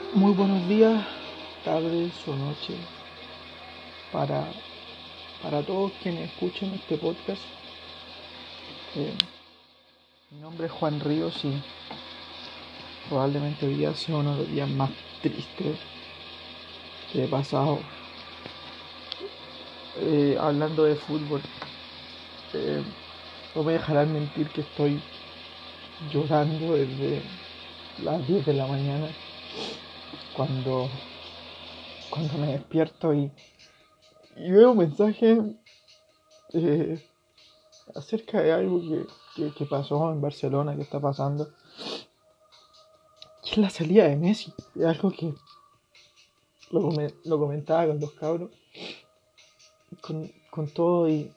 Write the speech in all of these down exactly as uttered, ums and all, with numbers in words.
Muy buenos días, tardes o noches para, para todos quienes escuchen este podcast. Eh, mi nombre es Juan Ríos y probablemente hoy día sea uno de los días más tristes que he pasado eh, hablando de fútbol. Eh, no me dejarán mentir que estoy llorando desde las diez de la mañana cuando, cuando me despierto y, y veo un mensaje eh, acerca de algo que, que, que pasó en Barcelona, que está pasando. Y es la salida de Messi. Es algo que lo, come, lo comentaba con los cabros, con, con todo y,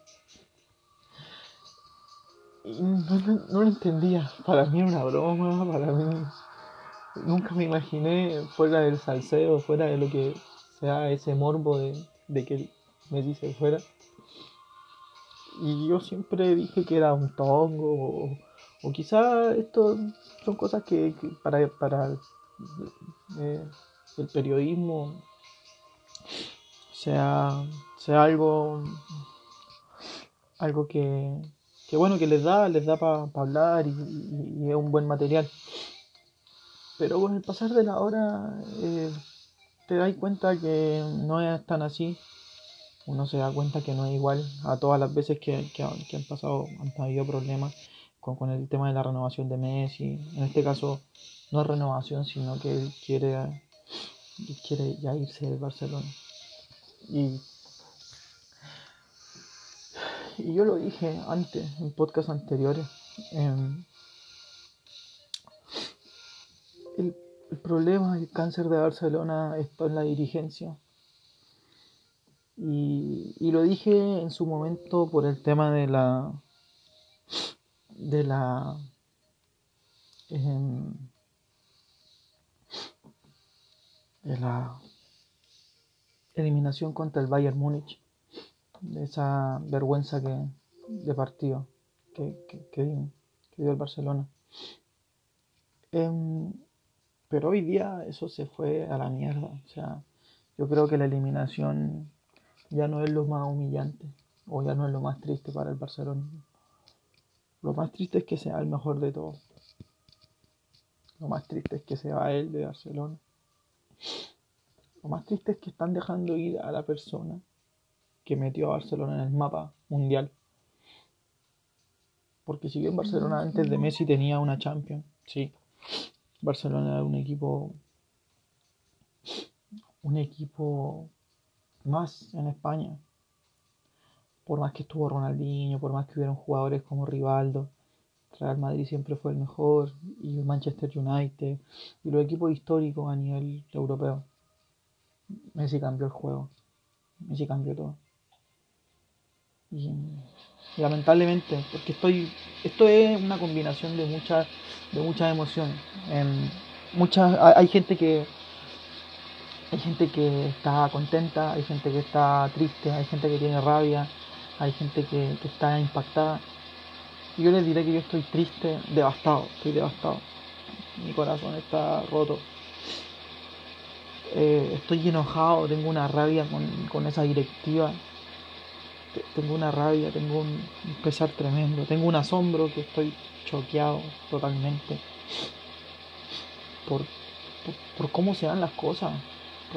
y no, no, no lo entendía. Para mí era una broma, para mí nunca me imaginé fuera del salseo, fuera de lo que sea ese morbo de, de que Messi se fuera. Y yo siempre dije que era un tongo o, o quizá esto son cosas que, que para, para eh, el periodismo sea, sea algo algo que, que bueno que les da les da para pa hablar y, y, y es un buen material, pero con el pasar de la hora eh, te das cuenta que no es tan así. Uno se da cuenta que no es igual a todas las veces que, que, que han pasado, han habido problemas con, con el tema de la renovación de Messi. En este caso no es renovación, sino que él quiere, quiere ya irse del Barcelona. Y, y yo lo dije antes, en podcasts anteriores, eh, el, el problema, el cáncer de Barcelona está en la dirigencia. Y, y lo dije en su momento por el tema de la de la eh, de la eliminación contra el Bayern Múnich, de esa vergüenza que de partido que, que, que, dio, que dio el Barcelona. Eh, pero hoy día eso se fue a la mierda. O sea, yo creo que la eliminación ya no es lo más humillante o ya no es lo más triste para el Barcelona. Lo más triste es que sea el mejor de todos. Lo más triste es que se va él de Barcelona. Lo más triste es que están dejando ir a la persona que metió a Barcelona en el mapa mundial. Porque si bien Barcelona antes de Messi tenía una Champions, sí, Barcelona era un equipo un equipo más en España. Por más que estuvo Ronaldinho, por más que hubieron jugadores como Rivaldo, Real Madrid siempre fue el mejor, y el Manchester United, y los equipos históricos a nivel europeo. Messi cambió el juego, Messi cambió todo. Y, y lamentablemente, porque estoy, esto es una combinación de muchas, de muchas emociones. En muchas, hay, hay gente que hay gente que está contenta, hay gente que está triste, hay gente que tiene rabia, hay gente que, que está impactada. Y yo les diré que yo estoy triste, devastado, estoy devastado. Mi corazón está roto. Eh, estoy enojado, tengo una rabia con, con esa directiva. Tengo una rabia, tengo un, un pesar tremendo, tengo un asombro que estoy choqueado totalmente por, por, por cómo se dan las cosas, por,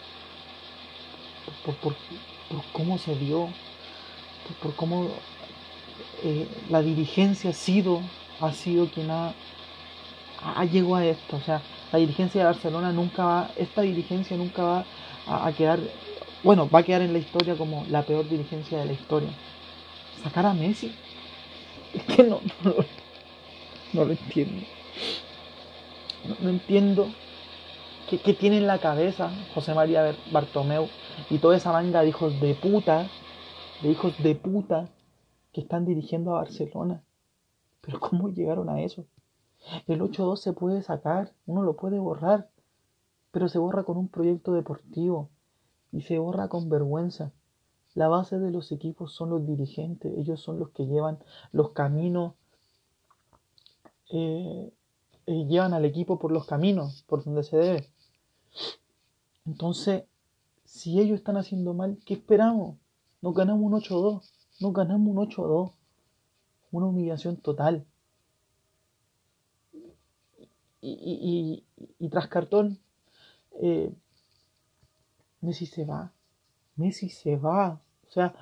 por, por, por cómo se dio, por, por cómo eh, la dirigencia ha sido, ha sido quien ha, ha llegado a esto. O sea, la dirigencia de Barcelona nunca va, esta dirigencia nunca va a, a quedar, bueno, va a quedar en la historia como la peor dirigencia de la historia. Sacar a Messi, es que no, no, no lo entiendo. No, no entiendo qué, qué tiene en la cabeza José María Bartomeu y toda esa manga de hijos de puta, de hijos de puta que están dirigiendo a Barcelona. Pero ¿cómo llegaron a eso? El ocho dos se puede sacar, uno lo puede borrar, pero se borra con un proyecto deportivo y se borra con vergüenza. La base de los equipos son los dirigentes, ellos son los que llevan los caminos, eh, eh, llevan al equipo por los caminos, por donde se debe. Entonces, si ellos están haciendo mal, ¿qué esperamos? Nos ganamos un ocho dos, nos ganamos un ocho dos, una humillación total. Y, y, y, y tras cartón, eh, Messi se va, Messi se va. O sea,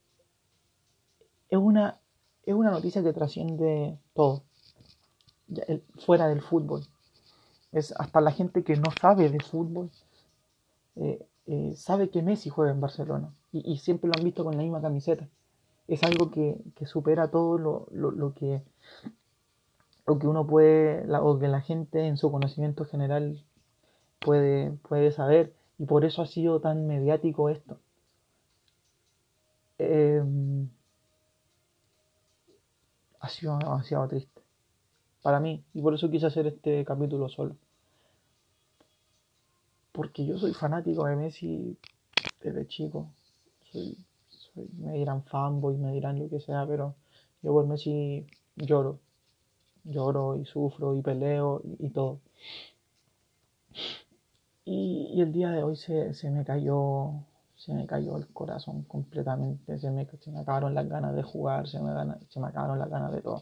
es una, es una noticia que trasciende todo, ya, el, fuera del fútbol. Es hasta la gente que no sabe de fútbol, eh, eh, sabe que Messi juega en Barcelona y, y siempre lo han visto con la misma camiseta. Es algo que, que supera todo lo, lo, lo, que, lo que uno puede, la, o que la gente en su conocimiento general puede, puede saber, y por eso ha sido tan mediático esto. Eh, ha sido demasiado triste para mí, y por eso quise hacer este capítulo solo. Porque yo soy fanático de Messi desde chico. Soy, soy, me dirán fanboy, me dirán lo que sea, pero yo por Messi lloro. Lloro y sufro y peleo y, y todo. Y, y, el día de hoy se, se me cayó se me cayó el corazón completamente. Se me, se me acabaron las ganas de jugar, se me, gana, se me acabaron las ganas de todo.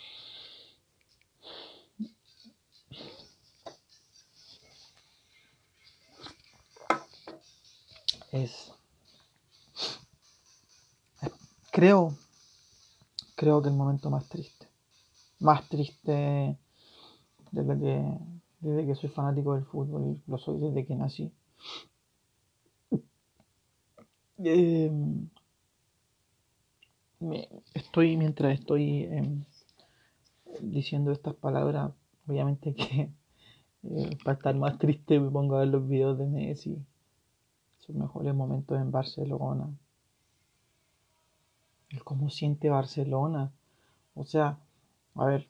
Es, es creo creo que el momento más triste más triste desde que desde que soy fanático del fútbol, y lo soy desde que nací. Eh, me, estoy mientras estoy eh, diciendo estas palabras, obviamente que eh, para estar más triste me pongo a ver los videos de Messi, sus mejores momentos en Barcelona, el cómo siente Barcelona, o sea, a ver,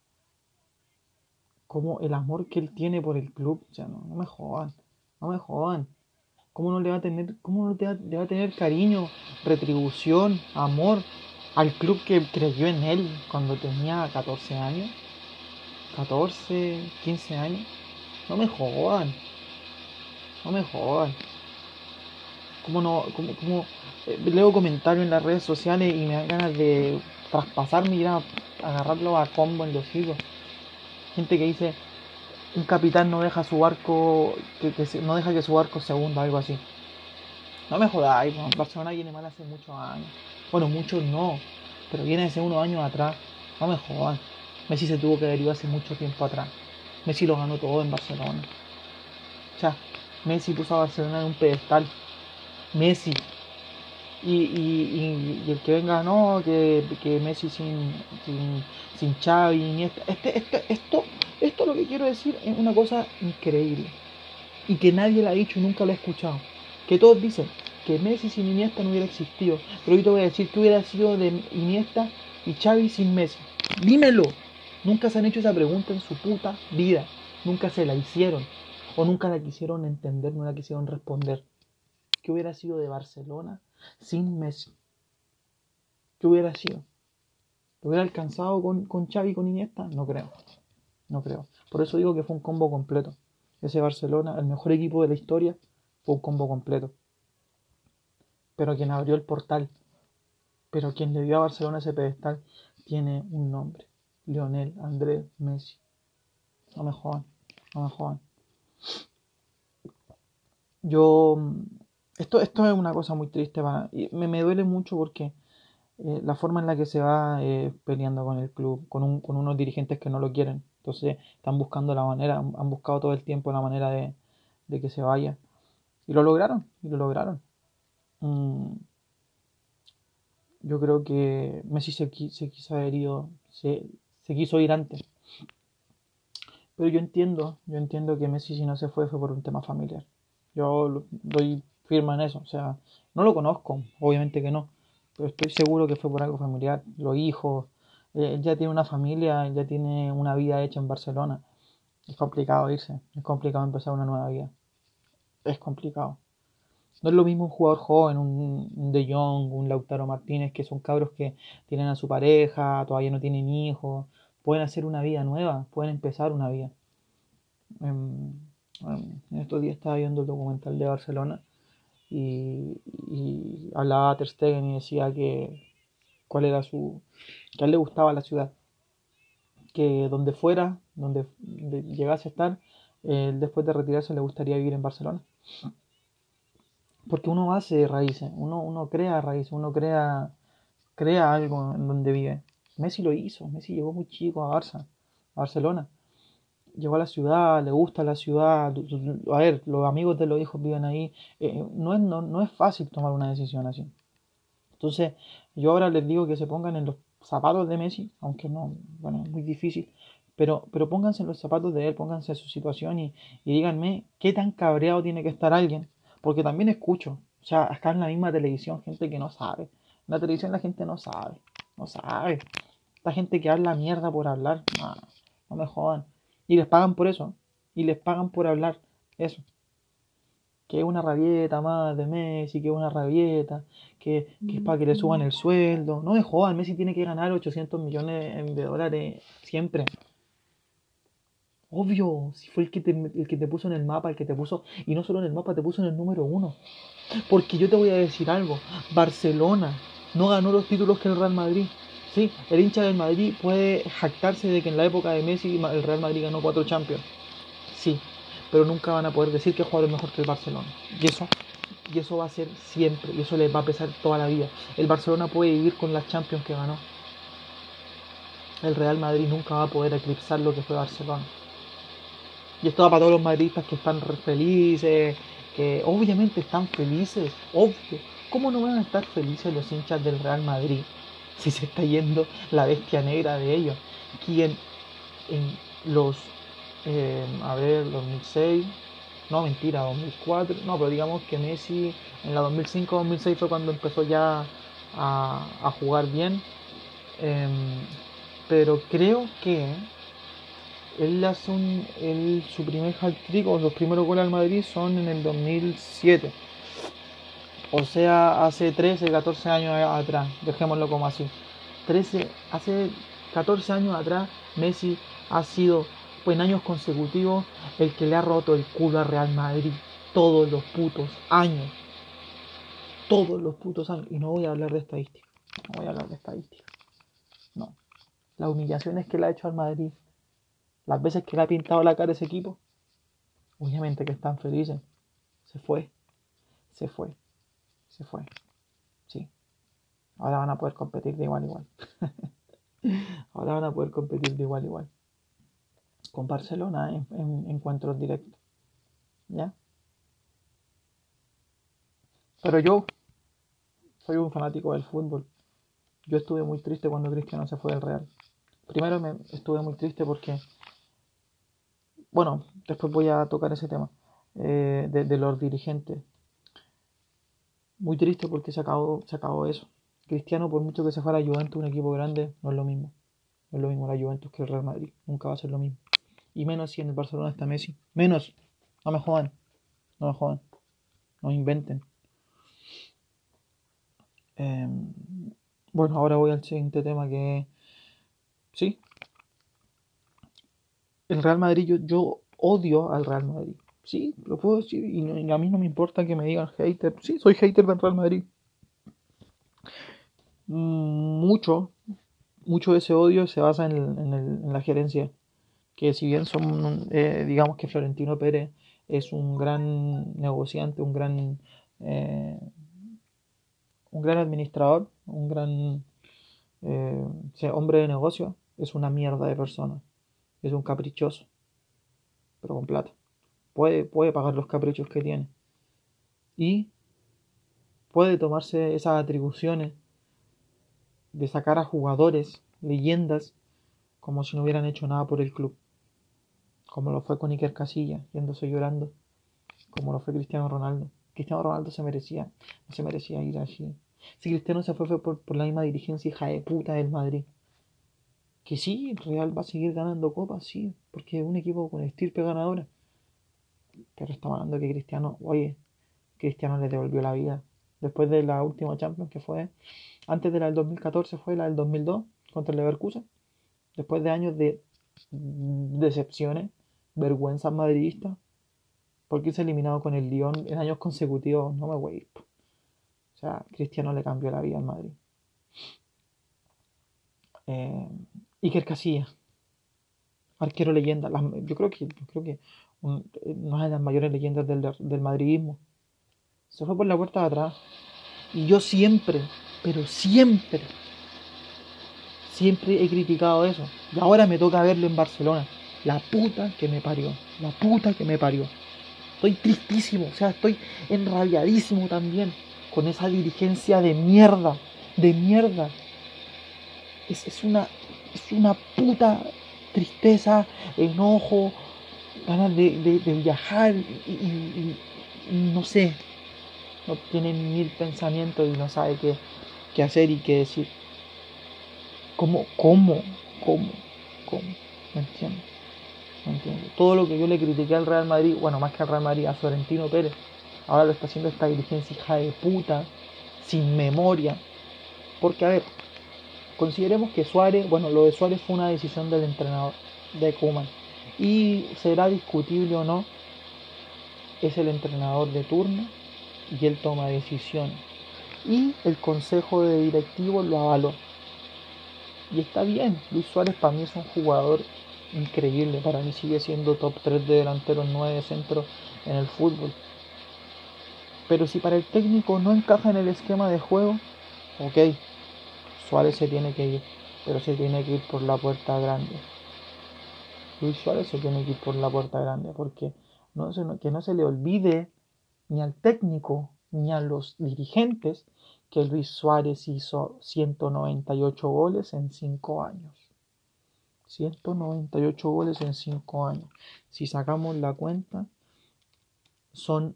cómo el amor que él tiene por el club, o sea, no, no me jodan, no me jodan. ¿Cómo no le va a tener, cómo no le va, le va a tener cariño, retribución, amor al club que creyó en él cuando tenía catorce años? catorce, quince años. No me jodan, no me jodan. ¿Cómo no? ¿Cómo, cómo eh, leo comentarios en las redes sociales y me dan ganas de traspasarme y ir a agarrarlo a combo en los higos? Gente que dice, un capitán no deja su barco, que, que se, no deja que su barco se hunda, algo así. No me jodáis, bueno, Barcelona viene mal hace muchos años. Bueno, muchos no, pero viene hace unos años atrás. No me jodan. Messi se tuvo que haber ido hace mucho tiempo atrás. Messi lo ganó todo en Barcelona. O sea, Messi puso a Barcelona en un pedestal. Messi. Y, y, y, y el que venga, no, que, que Messi sin, sin, sin Xavi, Iniesta. Este, este, esto, esto lo que quiero decir es una cosa increíble. Y que nadie lo ha dicho y nunca lo he escuchado. Que todos dicen que Messi sin Iniesta no hubiera existido. Pero yo te voy a decir que hubiera sido de Iniesta y Xavi sin Messi. Dímelo. Nunca se han hecho esa pregunta en su puta vida. Nunca se la hicieron. O nunca la quisieron entender, no la quisieron responder. ¿Qué hubiera sido de Barcelona sin Messi? ¿Qué hubiera sido? ¿Lo hubiera alcanzado con, con Xavi y con Iniesta? No creo. No creo. Por eso digo que fue un combo completo. Ese Barcelona, el mejor equipo de la historia, fue un combo completo. Pero quien abrió el portal, pero quien le dio a Barcelona ese pedestal, tiene un nombre. Lionel Andrés Messi. No me jodan, no me jodan. Yo, esto, esto es una cosa muy triste para, y me, me duele mucho porque eh, la forma en la que se va eh, peleando con el club, con, un, con unos dirigentes que no lo quieren. Entonces están buscando la manera, han, han buscado todo el tiempo la manera de, de que se vaya. Y lo lograron, y lo lograron. Mm, yo creo que Messi se, se quiso haber ido, se, se quiso ir antes. Pero yo entiendo, yo entiendo que Messi si no se fue fue por un tema familiar. Yo doy firma en eso, o sea, no lo conozco, obviamente que no, pero estoy seguro que fue por algo familiar. Los hijos, eh, él ya tiene una familia, él ya tiene una vida hecha en Barcelona. Es complicado irse, es complicado empezar una nueva vida. Es complicado. No es lo mismo un jugador joven, un, un De Jong, un Lautaro Martínez, que son cabros que tienen a su pareja, todavía no tienen hijos, pueden hacer una vida nueva, pueden empezar una vida. Um, en estos días estaba viendo el documental de Barcelona y, y hablaba Ter Stegen y decía que cuál era su, que a él le gustaba la ciudad, que donde fuera, donde llegase a estar, eh, después de retirarse le gustaría vivir en Barcelona. Porque uno hace raíces, uno, uno crea raíces, uno crea, crea algo en donde vive. Messi lo hizo, Messi llegó muy chico a Barça, a Barcelona. Llegó a la ciudad, le gusta la ciudad. A ver, los amigos de los hijos viven ahí. Eh, no, es, no, no es fácil tomar una decisión así. Entonces, yo ahora les digo que se pongan en los zapatos de Messi, aunque no, bueno, es muy difícil, pero, pero pónganse en los zapatos de él, pónganse en su situación y, y díganme qué tan cabreado tiene que estar alguien, porque también escucho, o sea, acá en la misma televisión, gente que no sabe. En la televisión la gente no sabe, no sabe. Esta gente que habla mierda por hablar, no, no me jodan. Y les pagan por eso, y les pagan por hablar eso. Que es una rabieta más de Messi, que es una rabieta, que, que es para que le suban el sueldo. No me jodan, Messi tiene que ganar ochocientos millones de dólares siempre. Obvio, si fue el que, te, el que te puso en el mapa, el que te puso, y no solo en el mapa, te puso en el número uno. Porque yo te voy a decir algo, Barcelona no ganó los títulos que el Real Madrid. Sí, el hincha del Madrid puede jactarse de que en la época de Messi el Real Madrid ganó cuatro Champions. Sí, pero nunca van a poder decir que el jugador es mejor que el Barcelona. Y eso, y eso va a ser siempre, y eso les va a pesar toda la vida. El Barcelona puede vivir con las Champions que ganó. El Real Madrid nunca va a poder eclipsar lo que fue Barcelona. Y esto va para todos los madridistas que están felices, que obviamente están felices, obvio. ¿Cómo no van a estar felices los hinchas del Real Madrid si se está yendo la bestia negra de ellos? Quien en los, eh, a ver, dos mil seis, no mentira, dos mil cuatro, no, pero digamos que Messi en la dos mil cinco dos mil seis fue cuando empezó ya a, a jugar bien. Eh, pero creo que él hace un, él, su primer hat-trick o los primeros goles al Madrid son en el dos mil siete. O sea, hace trece, catorce años atrás, dejémoslo como así. trece, hace catorce años atrás, Messi ha sido, pues en años consecutivos, el que le ha roto el culo a Real Madrid. Todos los putos años. Todos los putos años. Y no voy a hablar de estadística. No voy a hablar de estadística. No. Las humillaciones que le ha hecho al Madrid, las veces que le ha pintado la cara a ese equipo, obviamente que están felices. Se fue. Se fue. Se fue. Sí. Ahora van a poder competir de igual a igual. Ahora van a poder competir de igual a igual. Con Barcelona en, en encuentros directos. ¿Ya? Pero yo soy un fanático del fútbol. Yo estuve muy triste cuando Cristiano se fue del Real. Primero me estuve muy triste porque, bueno, después voy a tocar ese tema eh, de, de los dirigentes. Muy triste porque se acabó, se acabó eso. Cristiano, por mucho que se fuera a Juventus, un equipo grande, no es lo mismo. No es lo mismo la Juventus que el Real Madrid. Nunca va a ser lo mismo. Y menos si en el Barcelona está Messi. Menos. No me jodan. No me jodan. No inventen. Eh, bueno, ahora voy al siguiente tema que... Sí. El Real Madrid, yo, yo odio al Real Madrid. Sí, lo puedo decir. Y, no, y a mí no me importa que me digan hater. Sí, soy hater del Real Madrid. Mucho, mucho de ese odio se basa en, el, en, el, en la gerencia. Que si bien son, eh, digamos que Florentino Pérez es un gran negociante, un gran, eh, un gran administrador, un gran eh, hombre de negocio, es una mierda de persona. Es un caprichoso, pero con plata. Puede, puede pagar los caprichos que tiene. Y puede tomarse esas atribuciones de sacar a jugadores, leyendas, como si no hubieran hecho nada por el club. Como lo fue con Iker Casillas, yéndose llorando. Como lo fue Cristiano Ronaldo. Cristiano Ronaldo se merecía, no se merecía ir así. Si Cristiano se fue fue por, por la misma dirigencia hija de puta del Madrid. Que sí, el Real va a seguir ganando copas, sí, porque es un equipo con estirpe ganadora. Pero estamos hablando de que Cristiano, oye, Cristiano le devolvió la vida. Después de la última Champions que fue, antes de la del dos mil catorce fue la del dos mil dos contra el Leverkusen. Después de años de decepciones, vergüenzas madridistas, porque es eliminado con el Lyon en años consecutivos, no me voy. O sea, Cristiano le cambió la vida al Madrid. Eh, Iker Casillas, arquero leyenda. Las- yo creo que, yo creo que un- una de las mayores leyendas del, del madridismo. Se fue por la puerta de atrás. Y yo siempre, pero siempre, siempre he criticado eso. Y ahora me toca verlo en Barcelona. La puta que me parió. La puta que me parió. Estoy tristísimo, o sea, estoy enrabiadísimo también con esa dirigencia de mierda. De mierda. Es, es una, es una puta tristeza, enojo, ganas de, de, de viajar y, y- y no sé, no tiene mil pensamientos y no sabe qué, qué hacer y qué decir. ¿Cómo? ¿Cómo? ¿Cómo? ¿Cómo? No entiendo. No entiendo. Todo lo que yo le critiqué al Real Madrid, bueno, más que al Real Madrid, a Florentino Pérez, ahora lo está haciendo esta dirigencia hija de puta, sin memoria. Porque, a ver, consideremos que Suárez, bueno, lo de Suárez fue una decisión del entrenador, de Koeman. Y será discutible o no, es el entrenador de turno y él toma decisiones. Y el consejo de directivos lo avaló. Y está bien, Luis Suárez para mí es un jugador increíble, para mí sigue siendo top tres de delanteros, nueve de centro en el fútbol. Pero si para el técnico no encaja en el esquema de juego, ok, Suárez se tiene que ir, pero se tiene que ir por la puerta grande. Luis Suárez se tiene que ir por la puerta grande, porque no se, que no se le olvide ni al técnico ni a los dirigentes que Luis Suárez hizo ciento noventa y ocho goles en cinco años. ciento noventa y ocho goles en cinco años. Si sacamos la cuenta, son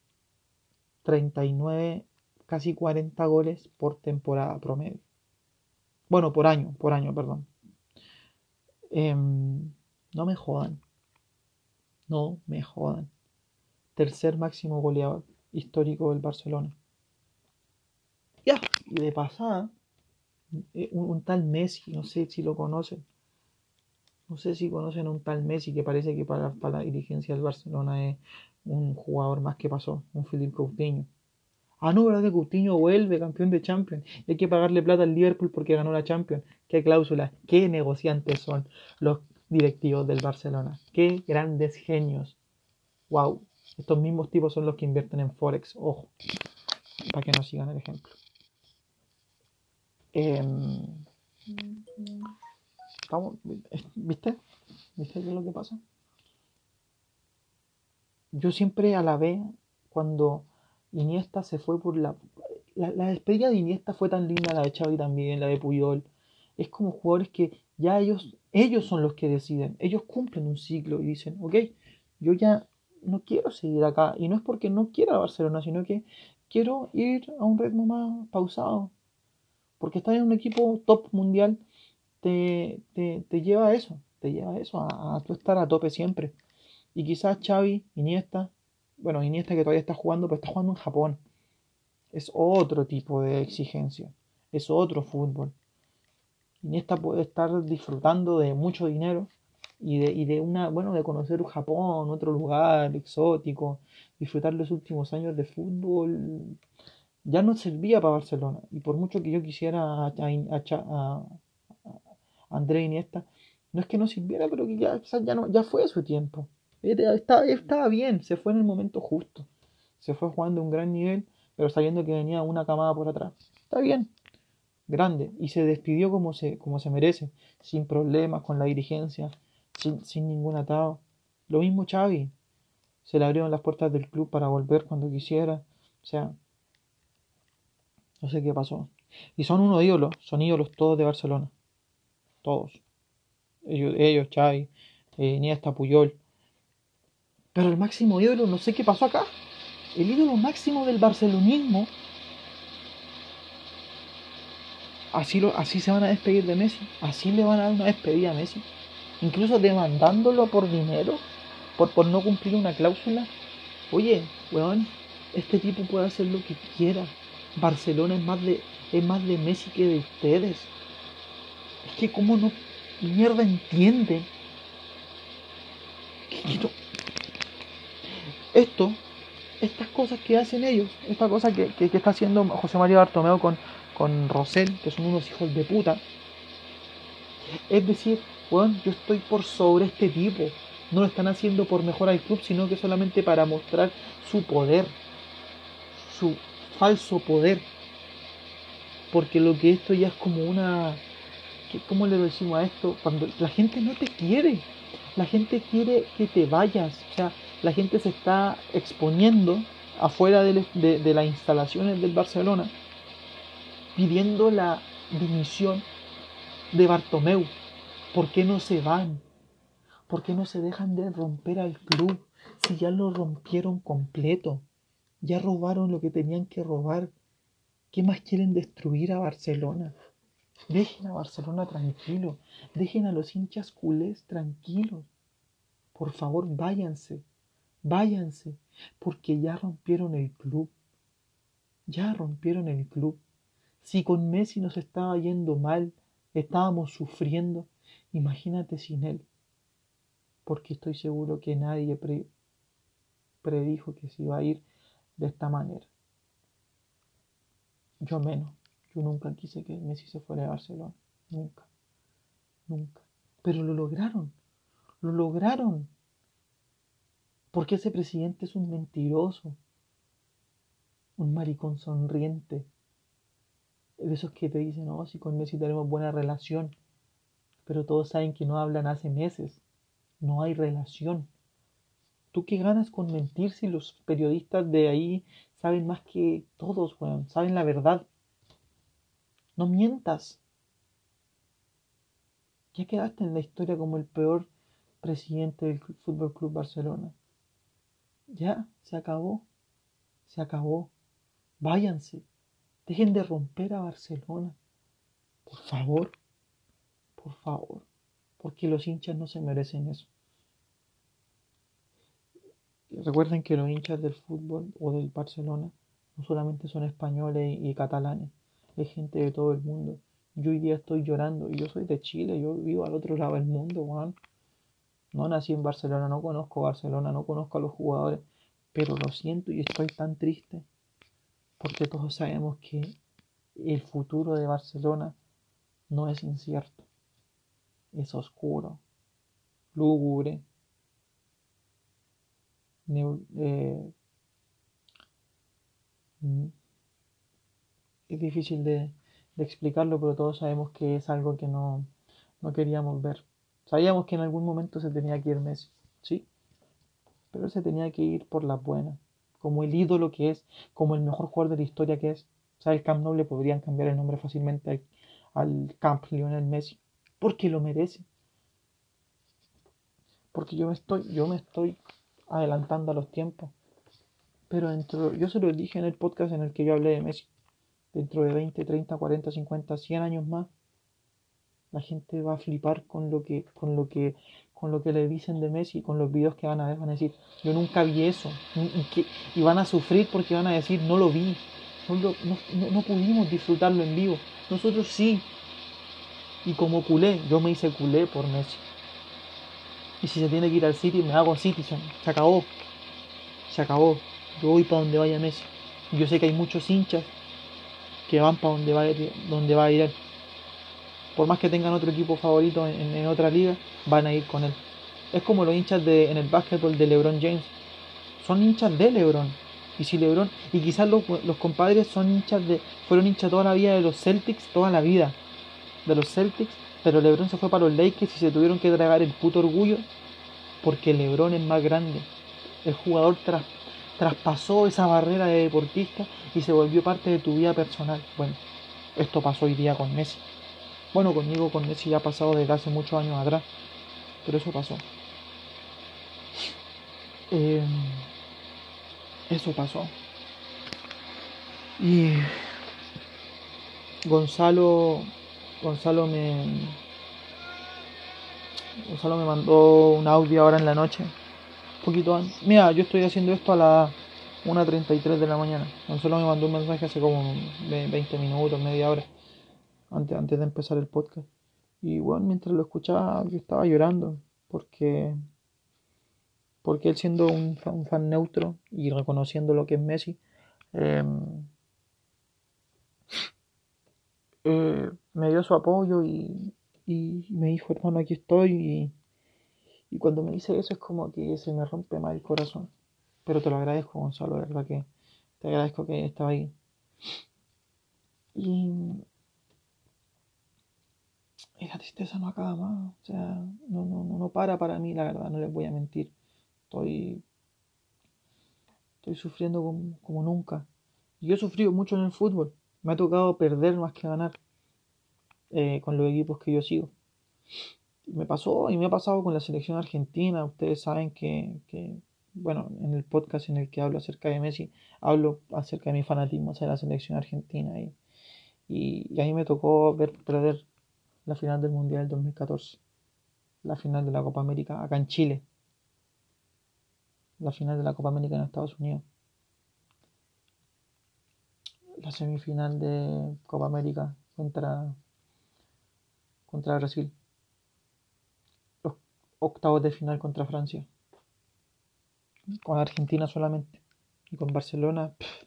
treinta y nueve, casi cuarenta goles por temporada promedio. Bueno, por año, por año, perdón. Eh, no me jodan. No me jodan. Tercer máximo goleador histórico del Barcelona. Ya, y de pasada, eh, un, un tal Messi, no sé si lo conocen. No sé si conocen a un tal Messi que parece que para, para la dirigencia del Barcelona es un jugador más que pasó, un Philippe Coutinho. Ah, no, ¿verdad que Coutinho vuelve campeón de Champions? Y hay que pagarle plata al Liverpool porque ganó la Champions. Qué cláusula, qué negociantes son los directivos del Barcelona. Qué grandes genios. Wow, estos mismos tipos son los que invierten en Forex. Ojo, para que no sigan el ejemplo. Eh, ¿Estamos? ¿Viste? ¿Viste qué es lo que pasa? Yo siempre alabé cuando Iniesta se fue por la, la... La despedida de Iniesta fue tan linda, la de Xavi también, la de Puyol. Es como jugadores que ya ellos, ellos son los que deciden. Ellos cumplen un ciclo y dicen, ok, yo ya no quiero seguir acá. Y no es porque no quiera Barcelona, sino que quiero ir a un ritmo más pausado. Porque estar en un equipo top mundial te, te, te lleva a eso. Te lleva a eso, a, a tú estar a tope siempre. Y quizás Xavi, Iniesta, bueno, Iniesta que todavía está jugando, pero está jugando en Japón. Es otro tipo de exigencia, es otro fútbol. Iniesta puede estar disfrutando de mucho dinero y de, y de una, bueno, de conocer Japón, otro lugar exótico, disfrutar los últimos años de fútbol. Ya no servía para Barcelona. Y por mucho que yo quisiera a, a, a, a André Iniesta, no es que no sirviera, pero que ya, quizás ya, no, ya fue su tiempo. Estaba, estaba bien, se fue en el momento justo. Se fue jugando a un gran nivel, pero sabiendo que venía una camada por atrás. Está bien, grande. Y se despidió como se, como se merece, sin problemas con la dirigencia, sin, sin ningún atado. Lo mismo Xavi. Se le abrieron las puertas del club para volver cuando quisiera. O sea, no sé qué pasó. Y son unos ídolos, son ídolos todos de Barcelona. Todos. Ellos, ellos Xavi, eh, Iniesta, Puyol. Pero el máximo ídolo, no sé qué pasó acá. El ídolo máximo del barcelonismo, así, lo, así se van a despedir de Messi. Así le van a dar una despedida a Messi. Incluso demandándolo por dinero, por, por no cumplir una cláusula. Oye, weón, este tipo puede hacer lo que quiera. Barcelona es más de, es más de Messi que de ustedes. Es que cómo no mierda entienden que, que no, esto, estas cosas que hacen ellos, esta cosa que, que, que está haciendo José María Bartomeu con, con Rosell, que son unos hijos de puta, es decir, bueno, yo estoy por sobre este tipo. No lo están haciendo por mejorar al club, sino que solamente para mostrar su poder, su falso poder. Porque lo que esto ya es como una... ¿Cómo le decimos a esto? Cuando la gente no te quiere, la gente quiere que te vayas. O sea, la gente se está exponiendo afuera de, de, de las instalaciones del Barcelona pidiendo la dimisión de Bartomeu. ¿Por qué no se van? ¿Por qué no se dejan de romper al club? Si ya lo rompieron completo, ya robaron lo que tenían que robar. ¿Qué más quieren destruir a Barcelona? Dejen a Barcelona tranquilo, dejen a los hinchas culés tranquilos. Por favor, váyanse, váyanse, porque ya rompieron el club, ya rompieron el club. Si con Messi nos estaba yendo mal, estábamos sufriendo, imagínate sin él, porque estoy seguro que nadie pre predijo que se iba a ir de esta manera. Yo menos. Yo nunca quise que Messi se fuera de Barcelona. Nunca. Nunca. Pero lo lograron. Lo lograron. Porque ese presidente es un mentiroso. Un maricón sonriente. De esos que te dicen, no, si con Messi tenemos buena relación. Pero todos saben que no hablan hace meses. No hay relación. ¿Tú qué ganas con mentir si los periodistas de ahí saben más que todos, weón? Saben la verdad. No mientas. Ya quedaste en la historia como el peor presidente del Fútbol Club Barcelona. Ya, se acabó. Se acabó. Váyanse. Dejen de romper a Barcelona. Por favor. Por favor. Porque los hinchas no se merecen eso. Recuerden que los hinchas del fútbol o del Barcelona no solamente son españoles y catalanes. Hay gente de todo el mundo. Yo hoy día estoy llorando. Y yo soy de Chile. Yo vivo al otro lado del mundo, Juan. No nací en Barcelona. No conozco Barcelona. No conozco a los jugadores. Pero lo siento y estoy tan triste. Porque todos sabemos que el futuro de Barcelona no es incierto. Es oscuro, lúgubre, eh, es difícil de, de explicarlo, pero todos sabemos que es algo que no, no queríamos ver. Sabíamos que en algún momento se tenía que ir Messi, sí, pero él se tenía que ir por las buenas, como el ídolo que es, como el mejor jugador de la historia que es. O sea, el Camp Nou le podrían cambiar el nombre fácilmente al, al Camp Lionel Messi, porque lo merece. Porque yo me estoy, yo me estoy adelantando a los tiempos. Pero dentro, yo se lo dije en el podcast en el que yo hablé de Messi. Dentro de veinte, treinta, cuarenta, cincuenta, cien años más, la gente va a flipar con lo que, con lo que, con lo que le dicen de Messi, con los videos que van a ver, van a decir, yo nunca vi eso. Y, que, y van a sufrir porque van a decir, no lo vi. No, lo, no, no, no pudimos disfrutarlo en vivo. Nosotros sí. Y como culé, yo me hice culé por Messi. Y si se tiene que ir al City, me hago Citizen. Se acabó. Se acabó. Yo voy para donde vaya Messi. Yo sé que hay muchos hinchas que van para donde va a ir, donde va a ir él. Por más que tengan otro equipo favorito en, en, en otra liga, van a ir con él. Es como los hinchas de, en el básquetbol de LeBron James. Son hinchas de LeBron. Y si LeBron, y quizás los, los compadres son hinchas de, fueron hinchas toda la vida de los Celtics, toda la vida de los Celtics, pero LeBron se fue para los Lakers y se tuvieron que tragar el puto orgullo porque LeBron es más grande. El jugador tras, traspasó esa barrera de deportista y se volvió parte de tu vida personal. Bueno, esto pasó hoy día con Messi. Bueno, conmigo con Messi ya ha pasado desde hace muchos años atrás, pero eso pasó. Eh, eso pasó. Y Gonzalo, Gonzalo me, Gonzalo me mandó un audio ahora en la noche, un poquito antes. Mira, yo estoy haciendo esto a las una treinta y tres de la mañana. Gonzalo me mandó un mensaje hace como veinte minutos, media hora, antes, antes de empezar el podcast. Y bueno, mientras lo escuchaba, yo estaba llorando, porque porque él siendo un fan, un fan neutro y reconociendo lo que es Messi, eh, eh, me dio su apoyo y, y me dijo, hermano, aquí estoy. Y, y cuando me dice eso es como que se me rompe más el corazón. Pero te lo agradezco, Gonzalo, de verdad que te agradezco que estaba ahí. Y esa tristeza no acaba más, o sea, no, no, no, no para para mí, la verdad, no les voy a mentir. Estoy, estoy sufriendo como, como nunca. Y yo he sufrido mucho en el fútbol. Me ha tocado perder más que ganar eh, con los equipos que yo sigo. Me pasó y me ha pasado con la selección argentina. Ustedes saben que, que, bueno, en el podcast en el que hablo acerca de Messi, hablo acerca de mi fanatismo hacia la selección argentina. Y, y, y a mí me tocó ver perder la final del Mundial del dos mil catorce, la final de la Copa América acá en Chile, la final de la Copa América en Estados Unidos, la semifinal de Copa América contra, contra Brasil, los octavos de final contra Francia, con Argentina solamente, y con Barcelona, pff,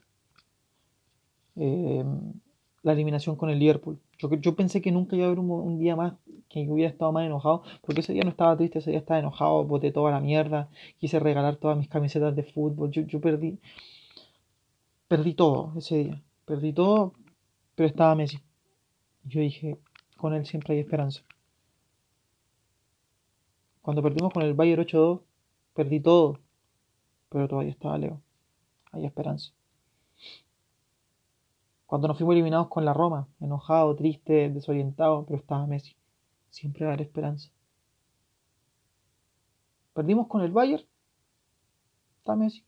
eh, la eliminación con el Liverpool. Yo, yo pensé que nunca iba a haber un, un día más que hubiera estado más enojado, porque ese día no estaba triste, ese día estaba enojado, boté toda la mierda, quise regalar todas mis camisetas de fútbol, yo, yo perdí, perdí todo ese día, perdí todo, pero estaba Messi. Yo dije, con él siempre hay esperanza. Cuando perdimos con el Bayern ocho dos, perdí todo, pero todavía estaba Leo, hay esperanza. Cuando nos fuimos eliminados con la Roma, enojado, triste, desorientado, pero estaba Messi, siempre va a haber esperanza. Perdimos con el Bayern, está Messi,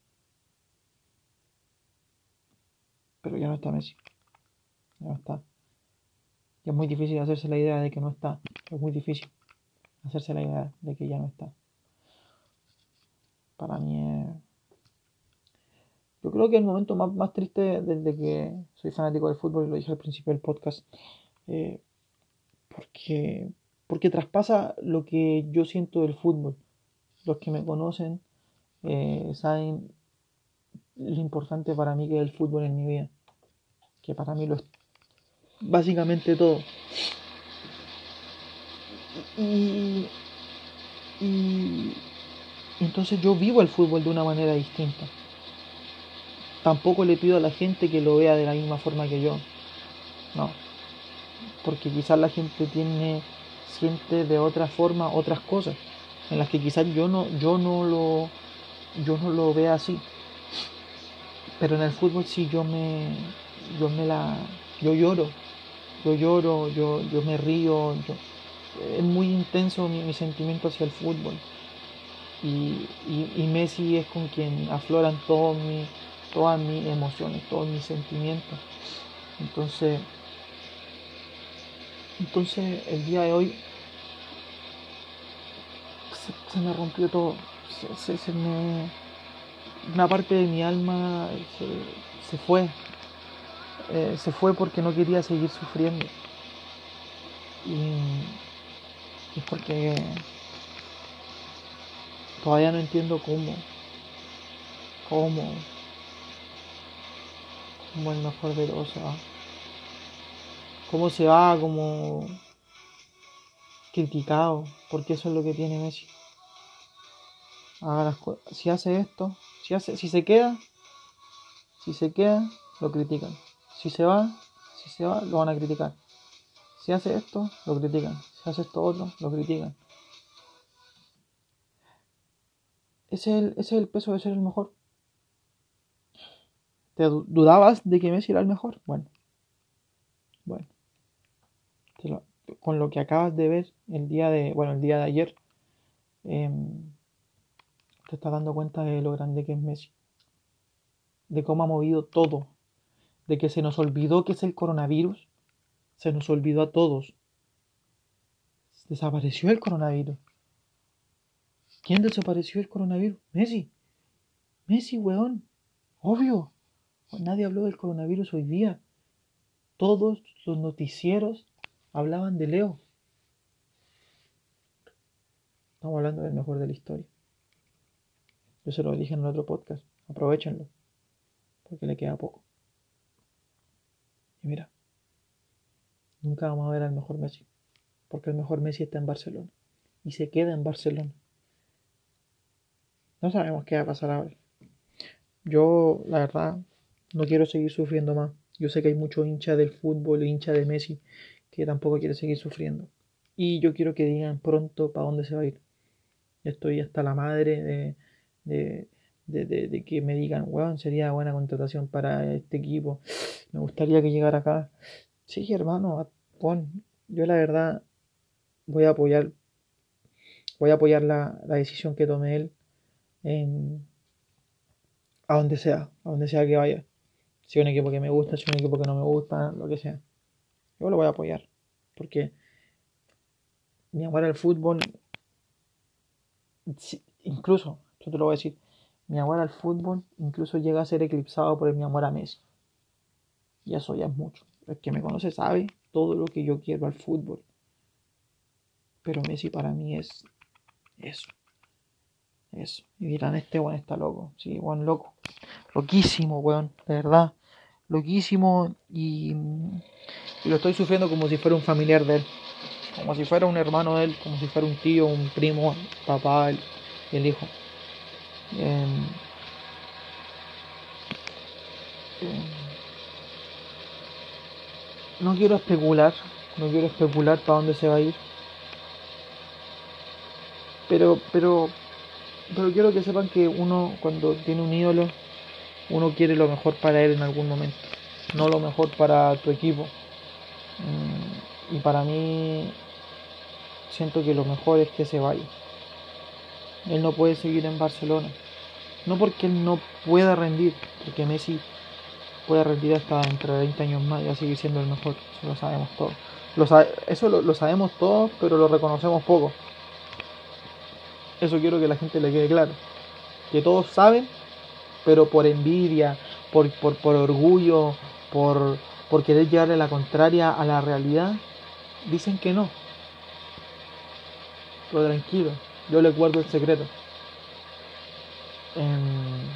pero ya no está Messi, ya no está. Y es muy difícil hacerse la idea de que no está, es muy difícil hacerse la idea de que ya no está. Para mí es... Yo creo que el momento más, más triste desde que soy fanático del fútbol, y lo dije al principio del podcast, eh, porque, porque traspasa lo que yo siento del fútbol. Los que me conocen eh, saben lo importante para mí que es el fútbol en mi vida, que para mí lo es básicamente todo. Y, y entonces yo vivo el fútbol de una manera distinta. Tampoco le pido a la gente que lo vea de la misma forma que yo, no, porque quizás la gente tiene, siente de otra forma otras cosas, en las que quizás yo no, yo no lo, yo no lo vea así. Pero en el fútbol sí yo me, yo me la, yo lloro, yo lloro, yo, yo me río, yo, es muy intenso mi, mi sentimiento hacia el fútbol. Y, y, y Messi es con quien afloran todos mis, todas mis emociones, todos mis sentimientos. Entonces, entonces el día de hoy se, se me rompió todo, se, se, se me, una parte de mi alma se, se fue, eh, se fue porque no quería seguir sufriendo. Y es porque todavía no entiendo cómo, cómo, cómo el mejor de todos se va. Cómo se va, como criticado, porque eso es lo que tiene Messi. Haga las co- si hace esto, si hace, si se queda, si se queda, lo critican. Si se va, si se va, lo van a criticar. Si hace esto, lo critican. Si hace esto otro, lo critican. Ese es el, ese es el peso de ser el mejor. ¿Te dudabas de que Messi era el mejor? Bueno, bueno. Lo, con lo que acabas de ver el día de, bueno, el día de ayer, eh, te estás dando cuenta de lo grande que es Messi. De cómo ha movido todo. De que se nos olvidó que es el coronavirus. Se nos olvidó a todos. Desapareció el coronavirus. ¿Quién desapareció el coronavirus? Messi. Messi, weón. Obvio. Nadie habló del coronavirus hoy día. Todos los noticieros hablaban de Leo. Estamos hablando del mejor de la historia. Yo se lo dije en el otro podcast. Aprovechenlo, porque le queda poco. Y mira, nunca vamos a ver al mejor Messi, porque el mejor Messi está en Barcelona y se queda en Barcelona. No sabemos qué va a pasar ahora. Yo, la verdad, no quiero seguir sufriendo más. Yo sé que hay muchos hinchas del fútbol, hinchas de Messi, que tampoco quieren seguir sufriendo. Y yo quiero que digan pronto para dónde se va a ir. Estoy hasta la madre de, de, de, de, de que me digan, weón, sería buena contratación para este equipo. Me gustaría que llegara acá. Sí, hermano, pon. Yo la verdad voy a apoyar, voy a apoyar la, la decisión que tome él en, a donde sea, a donde sea que vaya. Si es un equipo que me gusta, si es un equipo que no me gusta, lo que sea. Yo lo voy a apoyar. Porque mi amor al fútbol, sí, incluso, yo te lo voy a decir, mi amor al fútbol incluso llega a ser eclipsado por mi amor a Messi. Y eso ya es mucho. El que me conoce sabe todo lo que yo quiero al fútbol. Pero Messi para mí es eso. Eso. Y dirán, este weón está loco. Sí, weón, loco. Loquísimo, weón. De verdad. Loquísimo. Y, y lo estoy sufriendo como si fuera un familiar de él. Como si fuera un hermano de él. Como si fuera un tío, un primo, papá, el, el hijo. Eh, eh, no quiero especular. No quiero especular para dónde se va a ir. Pero, pero, pero quiero que sepan que uno, cuando tiene un ídolo, uno quiere lo mejor para él en algún momento, no lo mejor para tu equipo. Y para mí, siento que lo mejor es que se vaya. Él no puede seguir en Barcelona. No porque él no pueda rendir, porque Messi puede rendir hasta dentro de veinte años más y va a seguir siendo el mejor. Eso lo sabemos todos. Lo sabe, eso lo, lo sabemos todos, pero lo reconocemos poco. Eso quiero que la gente le quede claro. Que todos saben, pero por envidia, por, por, por orgullo, por, por querer llevarle la contraria a la realidad, dicen que no. Pero tranquilo, yo les guardo el secreto. Eh,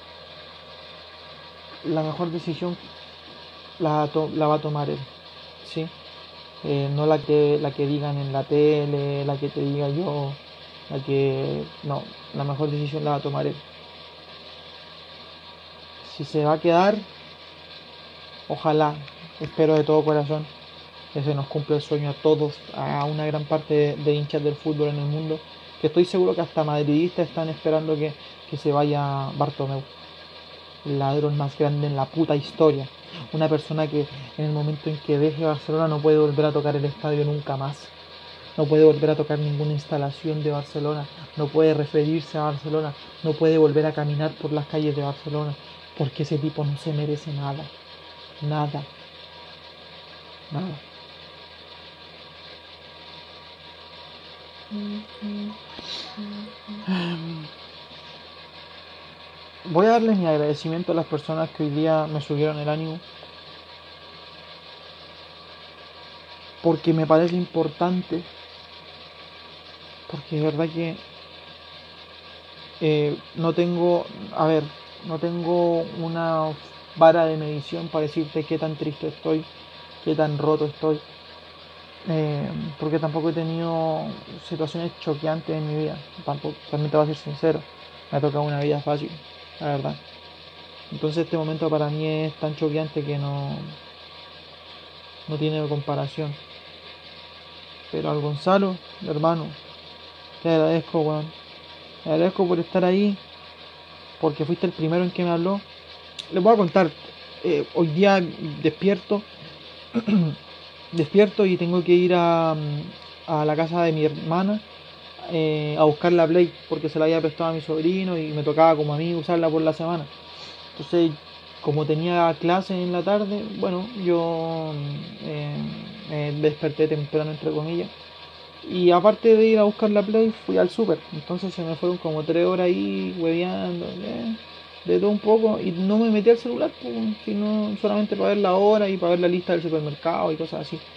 la mejor decisión la, to, la va a tomar él, ¿sí? Eh, no la que, la que digan en la tele, la que te diga yo, la que... No, la mejor decisión la va a tomar él. Si se va a quedar, ojalá, espero de todo corazón, que se nos cumpla el sueño a todos, a una gran parte de, de hinchas del fútbol en el mundo, que estoy seguro que hasta madridistas están esperando que, que se vaya Bartomeu, el ladrón más grande en la puta historia, una persona que en el momento en que deje Barcelona no puede volver a tocar el estadio nunca más, no puede volver a tocar ninguna instalación de Barcelona, no puede referirse a Barcelona, no puede volver a caminar por las calles de Barcelona, porque ese tipo no se merece nada, nada, nada. Voy a darles mi agradecimiento a las personas que hoy día me subieron el ánimo, porque me parece importante, porque es verdad que eh, no tengo, a ver, no tengo una vara de medición para decirte qué tan triste estoy, qué tan roto estoy, eh, porque tampoco he tenido situaciones choqueantes en mi vida, tampoco, también te voy a ser sincero, me ha tocado una vida fácil, la verdad. Entonces este momento para mí es tan choqueante que no, no tiene comparación. Pero al Gonzalo, hermano, te agradezco, weón. Te agradezco por estar ahí, porque fuiste el primero en que me habló. Les voy a contar, eh, hoy día despierto, despierto y tengo que ir a, a la casa de mi hermana eh, a buscar la Play, porque se la había prestado a mi sobrino y me tocaba como a mí usarla por la semana. Entonces, como tenía clase en la tarde, bueno, yo eh, me desperté temprano, entre comillas. Y aparte de ir a buscar la Play, fui al súper. Entonces se me fueron como tres horas ahí hueveando, eh, de todo un poco. Y no me metí al celular, pues, sino solamente para ver la hora y para ver la lista del supermercado y cosas así.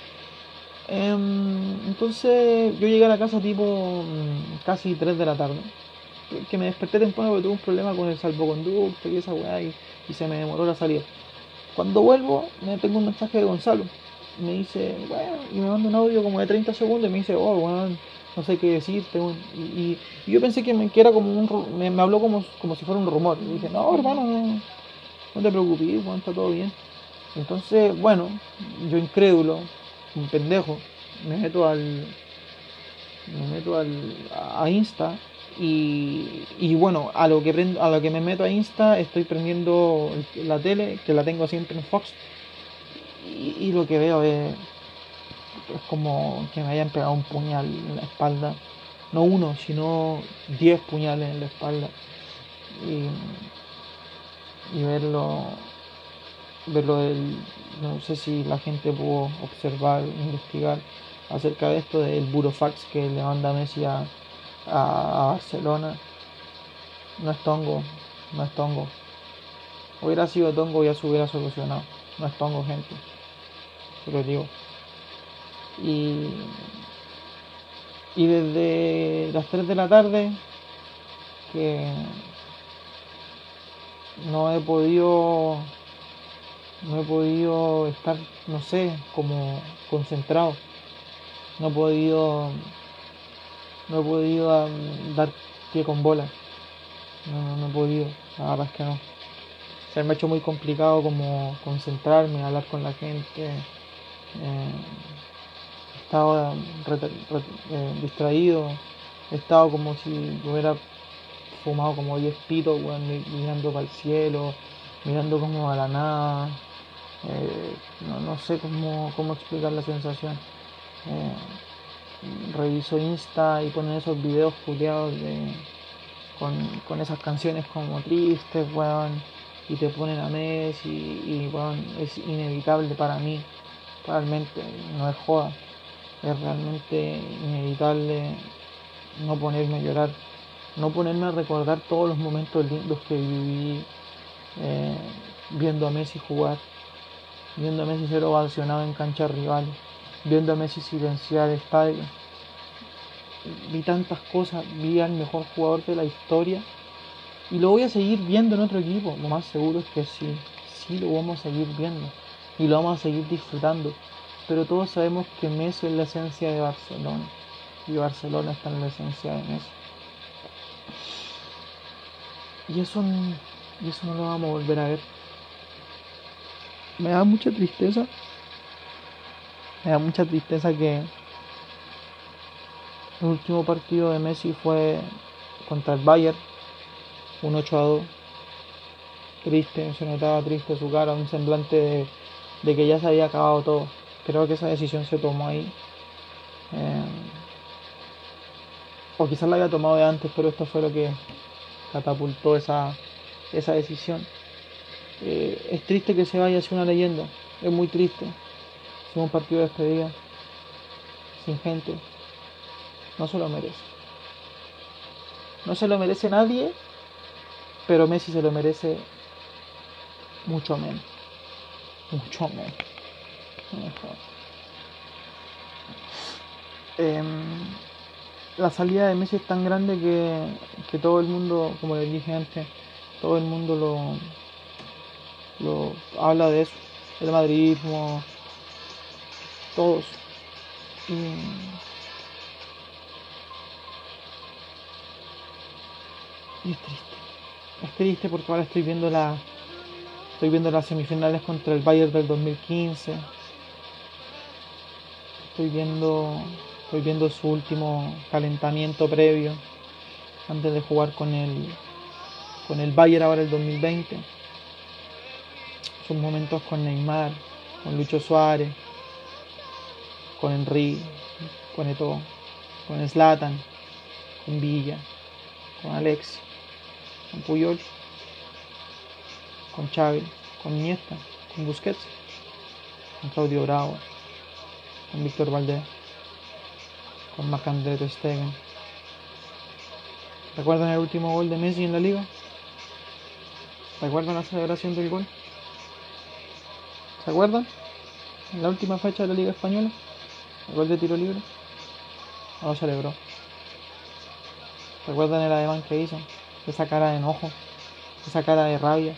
Eh, entonces yo llegué a la casa tipo mm, casi tres de la tarde. que me desperté temprano porque tuve un problema con el salvoconducto y esa weá y, y se me demoró la salida. Cuando vuelvo, me tengo un mensaje de Gonzalo. Me dice, bueno, y me manda un audio como de treinta segundos y me dice, oh, weón, no sé qué decirte. Y, y, y yo pensé que, me, que era como un. Me, me habló como, como si fuera un rumor. Y dije, no, hermano, no, no te preocupes, weón, está todo bien. Entonces, bueno, yo incrédulo, un pendejo, me meto al. Me meto al, a Insta y, y bueno, a lo, que prendo, a lo que me meto a Insta estoy prendiendo la tele, que la tengo siempre en Fox, y, y lo que veo es, es como que me hayan pegado un puñal en la espalda. No uno, sino diez puñales en la espalda. Y, y verlo, verlo del, no sé si la gente pudo observar, investigar acerca de esto del burofax que le manda Messi a, a, a Barcelona. No es tongo, no es tongo. Hubiera sido tongo, ya se hubiera solucionado. No es tongo, gente. Se lo digo. Y, y desde las tres de la tarde que no he podido no he podido estar, no sé, como concentrado. No he podido no he podido um, dar pie con bola. No, no, no he podido. La verdad es que no. Se me ha hecho muy complicado como concentrarme, hablar con la gente. Eh, he estado re, re, eh, distraído. He estado como si hubiera fumado como diez pitos, weón, mirando para el cielo, mirando como a la nada. Eh, no, no sé cómo, cómo explicar la sensación. Eh, reviso Insta y ponen esos videos culiados de, con, con esas canciones como tristes, weón, y te ponen a Messi y, weón, es inevitable para mí, realmente, no es joda, es realmente inevitable no ponerme a llorar, no ponerme a recordar todos los momentos lindos que viví eh, viendo a Messi jugar, viendo a Messi ser ovacionado en canchas rivales, viendo a Messi silenciar estadios. Vi tantas cosas, vi al mejor jugador de la historia y lo voy a seguir viendo en otro equipo. Lo más seguro es que sí, sí lo vamos a seguir viendo y lo vamos a seguir disfrutando. Pero todos sabemos que Messi es la esencia de Barcelona y Barcelona está en la esencia de Messi. Y eso, y eso no lo vamos a volver a ver. Me da mucha tristeza. Me da mucha tristeza que el último partido de Messi fue contra el Bayern, un ocho a dos. Triste, se notaba triste su cara, un semblante de, de que ya se había acabado todo. Creo que esa decisión se tomó ahí. Eh, o quizás la había tomado de antes, pero esto fue lo que catapultó esa, esa decisión. Eh, es triste que se vaya hacia una leyenda, es muy triste. Es un partido de despedida, sin gente. No se lo merece. No se lo merece nadie, pero Messi se lo merece mucho menos. Mucho menos. Eh, la salida de Messi es tan grande que, que todo el mundo, como les dije antes, todo el mundo lo, lo habla de eso, el madridismo, todos. Y, y es triste. Es triste porque ahora estoy viendo la estoy viendo las semifinales contra el Bayern del dos mil quince. Estoy viendo estoy viendo su último calentamiento previo antes de jugar con el con el Bayern ahora el dos mil veinte. Sus momentos con Neymar, con Lucho Suárez, con Henry, con Eto'o, con Zlatan, con Villa, con Alex, con Puyol, con Xavi, con Iniesta, con Busquets, con Claudio Bravo, con Víctor Valdés, con Marc-André ter Stegen. ¿Recuerdan el último gol de Messi en la Liga? ¿Recuerdan la celebración del gol? ¿Se acuerdan? En la última fecha de la Liga Española, el gol de tiro libre, no lo celebró. ¿Recuerdan el ademán que hizo? Esa cara de enojo, esa cara de rabia.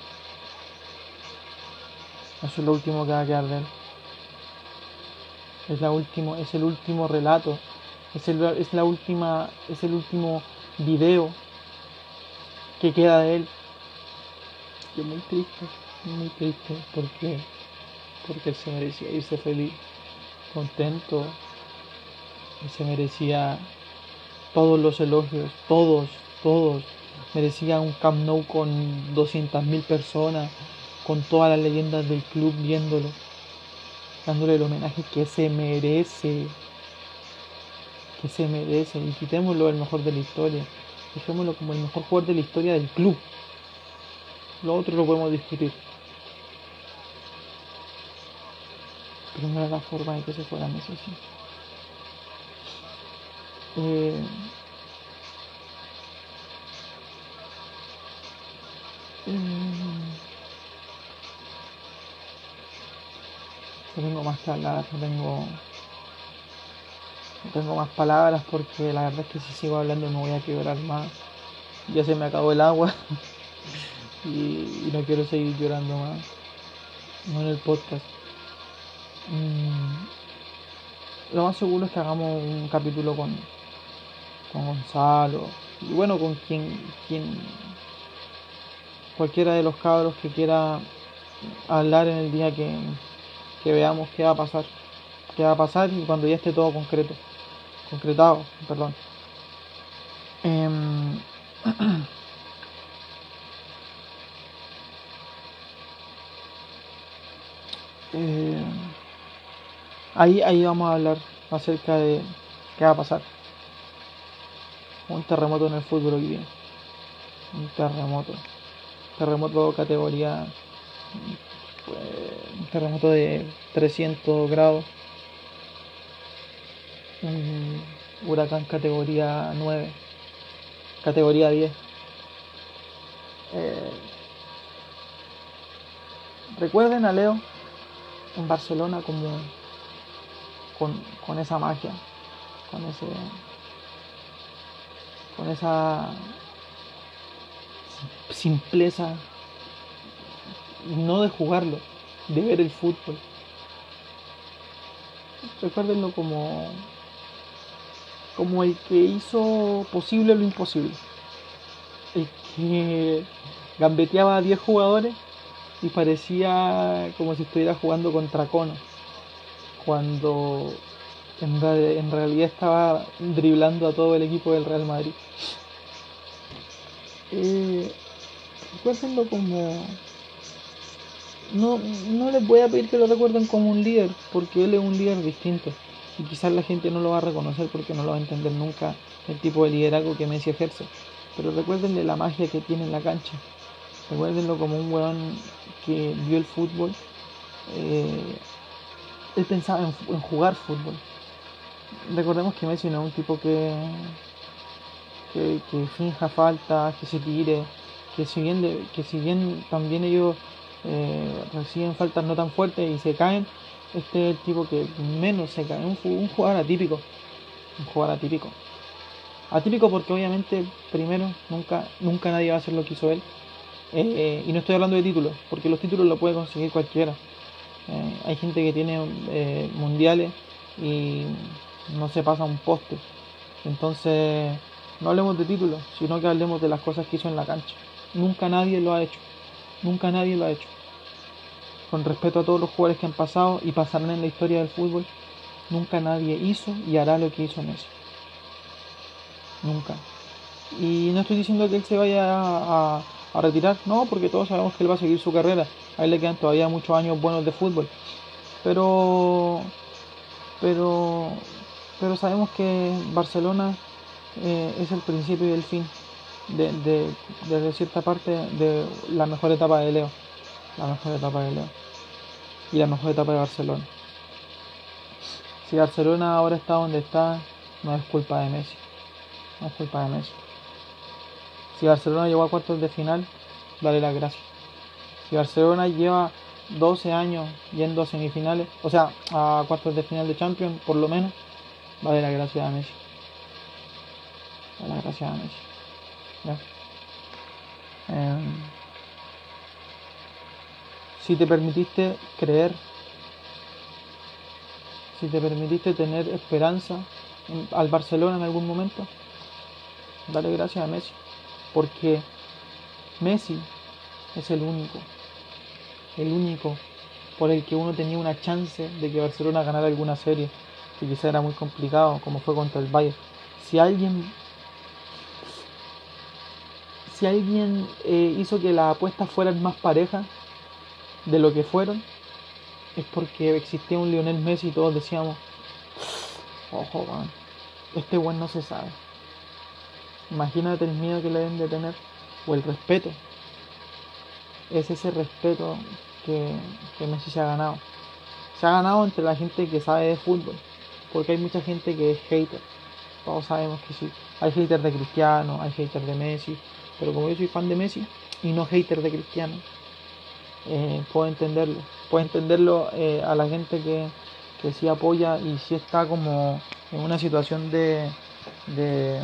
Eso es lo último que va a quedar de él. Es, la último, es el último relato, es, el, es la última, es el último video que queda de él. Y es muy triste, muy triste, porque, porque él se merecía irse feliz, contento, él se merecía todos los elogios, todos, todos. Merecía un Camp Nou con doscientas mil personas, con todas las leyendas del club viéndolo, dándole el homenaje que se merece, que se merece, y quitémoslo el mejor de la historia, dejémoslo como el mejor jugador de la historia del club. Lo otro lo podemos discutir, pero no era la forma de que se fuera Messi así. Eh, eh, no tengo más que hablar, no tengo No tengo más palabras porque la verdad es que si sigo hablando me voy a quebrar más. Ya se me acabó el agua y, y no quiero seguir llorando más. No en el podcast. Mm, lo más seguro es que hagamos un capítulo con, con Gonzalo. Y bueno, con quien, quien cualquiera de los cabros que quiera hablar en el día que, que veamos qué va a pasar. Qué va a pasar y cuando ya esté todo concreto. Concretado, perdón. Eh, eh, ahí, ahí vamos a hablar acerca de qué va a pasar. Un terremoto en el fútbol hoy día. Un terremoto. Terremoto categoría. Pues, un terremoto de trescientos grados. Un huracán categoría nueve. Categoría diez. Eh, recuerden a Leo en Barcelona como con, con esa magia, con ese con esa simpleza, no de jugarlo, de ver el fútbol. Recuérdenlo como como el que hizo posible lo imposible, el que gambeteaba a diez jugadores y parecía como si estuviera jugando contra Cono, cuando en, re- en realidad estaba driblando a todo el equipo del Real Madrid. Eh, recuérdenlo como... No, no les voy a pedir que lo recuerden como un líder, porque él es un líder distinto. Y quizás la gente no lo va a reconocer porque no lo va a entender nunca el tipo de liderazgo que Messi ejerce. Pero recuérdenle la magia que tiene en la cancha. Recuérdenlo como un weón que vio el fútbol. Eh, él pensaba en, en jugar fútbol. Recordemos que Messi no es un tipo que, que, que finja faltas, que se tire, que si bien, de, que si bien también ellos eh, reciben faltas no tan fuertes y se caen, este es el tipo que menos se cae, un, un jugador atípico, un jugador atípico. Atípico porque obviamente, primero, nunca, nunca nadie va a hacer lo que hizo él. Eh, y no estoy hablando de títulos, porque los títulos lo puede conseguir cualquiera. Eh, hay gente que tiene eh, mundiales y no se pasa un poste. Entonces, no hablemos de títulos, sino que hablemos de las cosas que hizo en la cancha. Nunca nadie lo ha hecho. Nunca nadie lo ha hecho. Con respeto a todos los jugadores que han pasado y pasarán en la historia del fútbol, nunca nadie hizo y hará lo que hizo Messi. Nunca. Y no estoy diciendo que él se vaya a, a, a retirar, no, porque todos sabemos que él va a seguir su carrera. A él le quedan todavía muchos años buenos de fútbol. Pero, pero, pero sabemos que Barcelona eh, es el principio y el fin de, de, de cierta parte de la mejor etapa de Leo. La mejor etapa de Leo. Y la mejor etapa de Barcelona. Si Barcelona ahora está donde está, no es culpa de Messi. No es culpa de Messi. Si Barcelona llegó a cuartos de final, dale las gracias. Si Barcelona lleva doce años yendo a semifinales, o sea, a cuartos de final de Champions, por lo menos, dale las gracias a Messi. Da las gracias a Messi. ¿Ya? Eh, si te permitiste creer, si te permitiste tener esperanza en, al Barcelona en algún momento, dale gracias a Messi. Porque Messi es el único, el único por el que uno tenía una chance de que Barcelona ganara alguna serie, que quizá era muy complicado, como fue contra el Bayern. Si alguien, si alguien eh, hizo que las apuestas fueran más parejas de lo que fueron, es porque existía un Lionel Messi y todos decíamos, ojo, man, este weón no se sabe. Imagínate el miedo que le deben de tener, o el respeto. Es ese respeto que, que Messi se ha ganado. Se ha ganado entre la gente que sabe de fútbol, porque hay mucha gente que es hater. Todos sabemos que sí. Hay haters de Cristiano, hay haters de Messi, pero como yo soy fan de Messi y no hater de Cristiano, eh, puedo entenderlo. Puedo entenderlo eh, a la gente que, que sí apoya y sí está como en una situación de, de,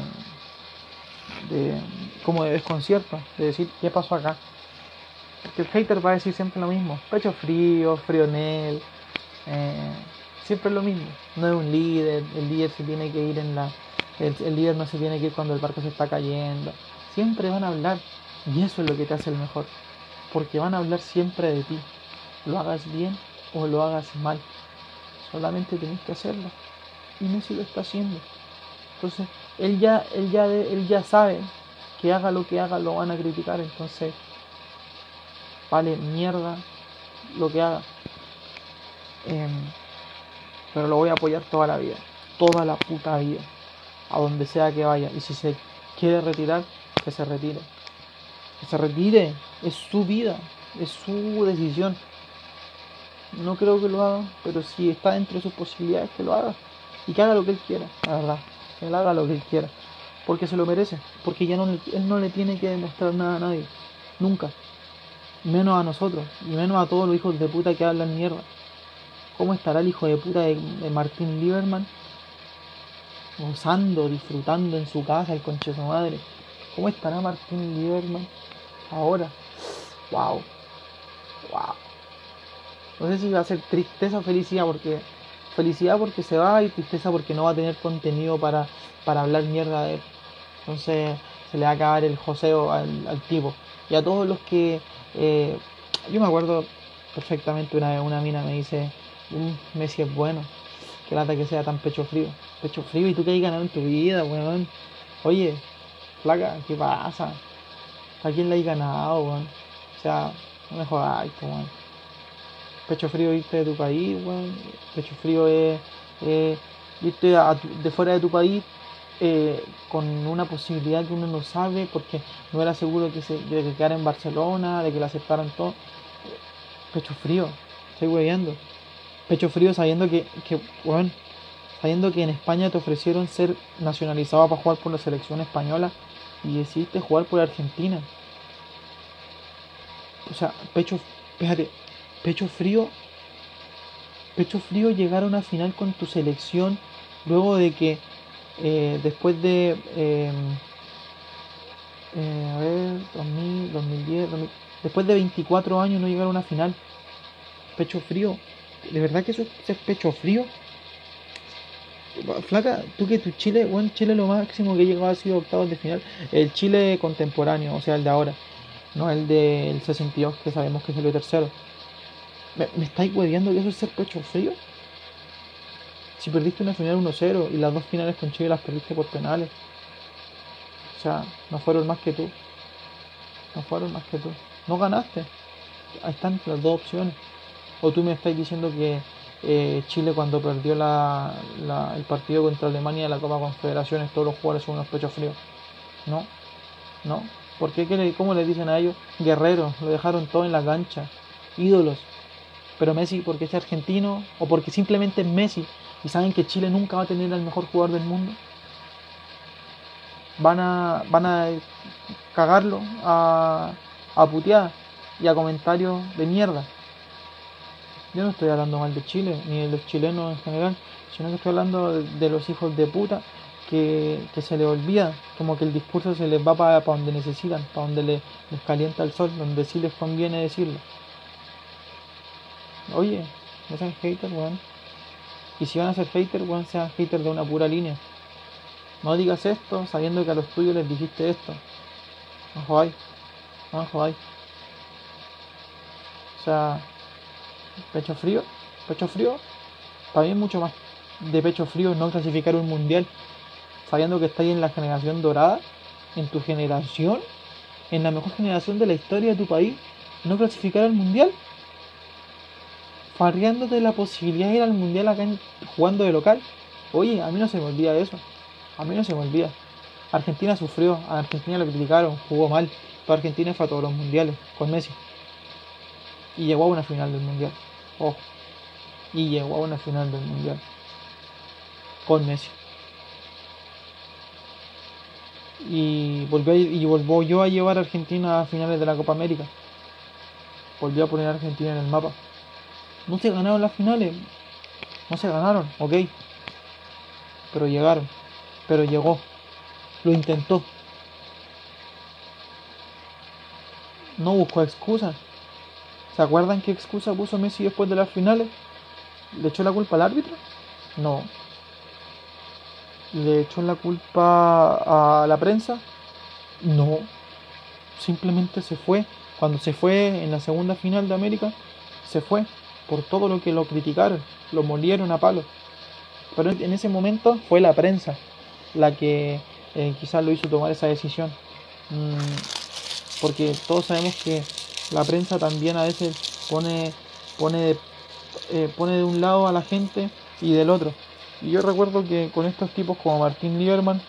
de como de desconcierto, de decir, ¿qué pasó acá? Porque el hater va a decir siempre lo mismo, pecho frío, frionel, eh, siempre es lo mismo. No es un líder, el líder se tiene que ir en la, el, el líder no se tiene que ir cuando el barco se está cayendo. Siempre van a hablar y eso es lo que te hace el mejor, porque van a hablar siempre de ti, lo hagas bien o lo hagas mal, solamente tenés que hacerlo y Messi lo está haciendo. Entonces él ya, él ya, él ya sabe que haga lo que haga lo van a criticar, entonces vale mierda lo que haga. Eh, pero lo voy a apoyar toda la vida, toda la puta vida, a donde sea que vaya. Y si se quiere retirar, que se retire. Que se retire, es su vida, es su decisión. No creo que lo haga, pero si está dentro de sus posibilidades, que lo haga. Y que haga lo que él quiera, la verdad. Que él haga lo que él quiera. Porque se lo merece. Porque ya no, él no le tiene que demostrar nada a nadie. Nunca. Menos a nosotros. Y menos a todos los hijos de puta que hablan mierda. ¿Cómo estará el hijo de puta de, de Martín Lieberman? Gozando, disfrutando en su casa, el conche de su madre. ¿Cómo estará Martín Lieberman ahora? Wow. Wow. No sé si va a ser tristeza o felicidad, porque felicidad porque se va y tristeza porque no va a tener contenido para, para hablar mierda de él. Entonces se le va a acabar el joseo al, al tipo. Y a todos los que... Eh, yo me acuerdo perfectamente una vez una mina me dice, mm, Messi es bueno, que lata que sea tan pecho frío. Pecho frío y tú que hay ganado en tu vida, weón. Oye, flaca, ¿qué pasa? ¿A quién le hay ganado, weón? O sea, no me jodáis, weón. Pecho frío irte de tu país, weón. Pecho frío es eh, irte a tu, de fuera de tu país eh, con una posibilidad que uno no sabe porque no era seguro que se, de que quedara en Barcelona, de que la aceptaran todo. Pecho frío, estoy hueveando. Pecho frío sabiendo que, que weón, sabiendo que en España te ofrecieron ser nacionalizado para jugar por la selección española y decidiste jugar por Argentina. O sea, pecho, fíjate, pecho frío, pecho frío llegar a una final con tu selección luego de que eh, después de eh, eh, a ver, dos mil, dos mil diez, dos mil, después de veinticuatro años no llegar a una final. Pecho frío, de verdad que eso es pecho frío. Flaca, tú que tu Chile, bueno, Chile lo máximo que llegó ha sido octavos de final. El Chile contemporáneo, o sea, el de ahora, no el del sesenta y dos, que sabemos que salió tercero. ¿Me, me estáis hueviando que eso es ser pecho frío? Si perdiste una final uno cero y las dos finales con Chile las perdiste por penales. O sea, no fueron más que tú. No fueron más que tú. No ganaste. Ahí están las dos opciones. O tú me estáis diciendo que eh, Chile cuando perdió la, la, el partido contra Alemania de la Copa Confederaciones todos los jugadores son unos pechos fríos. No, no. ¿Por qué? ¿Qué le, ¿Cómo le dicen a ellos? Guerreros, lo dejaron todo en la cancha. Ídolos. Pero Messi porque es argentino o porque simplemente es Messi y saben que Chile nunca va a tener al mejor jugador del mundo. Van a, van a cagarlo a, a putear y a comentarios de mierda. Yo no estoy hablando mal de Chile, ni de los chilenos en general, sino que estoy hablando de, de los hijos de puta que, que se les olvida, como que el discurso se les va para donde necesitan, para donde les, les calienta el sol, donde sí les conviene decirlo. Oye, no sean haters, weón. Y si van a ser haters, weón, sean haters de una pura línea. No digas esto sabiendo que a los tuyos les dijiste esto. No jodáis, no jodáis. O sea, pecho frío, pecho frío, para mí es mucho más de pecho frío no clasificar un mundial, sabiendo que estáis en la generación dorada, en tu generación, en la mejor generación de la historia de tu país, no clasificar al mundial, farreándote la posibilidad de ir al mundial acá en, jugando de local. Oye, a mí no se me olvida eso, a mí no se me olvida. Argentina sufrió, a Argentina lo criticaron, jugó mal, pero Argentina fue a todos los mundiales con Messi y llegó a una final del mundial. Ojo, y llegó a una final del mundial con Messi. Y volvió, a, y volvió a llevar a Argentina a finales de la Copa América. Volvió a poner a Argentina en el mapa. No se ganaron las finales, no se ganaron, ok, pero llegaron, pero llegó, lo intentó, no buscó excusas. ¿Se acuerdan qué excusa puso Messi después de las finales? ¿Le echó la culpa al árbitro? No. ¿Le echó la culpa a la prensa? No. Simplemente se fue. Cuando se fue en la segunda final de América, se fue por todo lo que lo criticaron, lo molieron a palo. Pero en ese momento fue la prensa la que eh, quizás lo hizo tomar esa decisión. Mm, porque todos sabemos que la prensa también a veces pone, pone, eh, pone de un lado a la gente y del otro. Y yo recuerdo que con estos tipos como Martín Lieberman,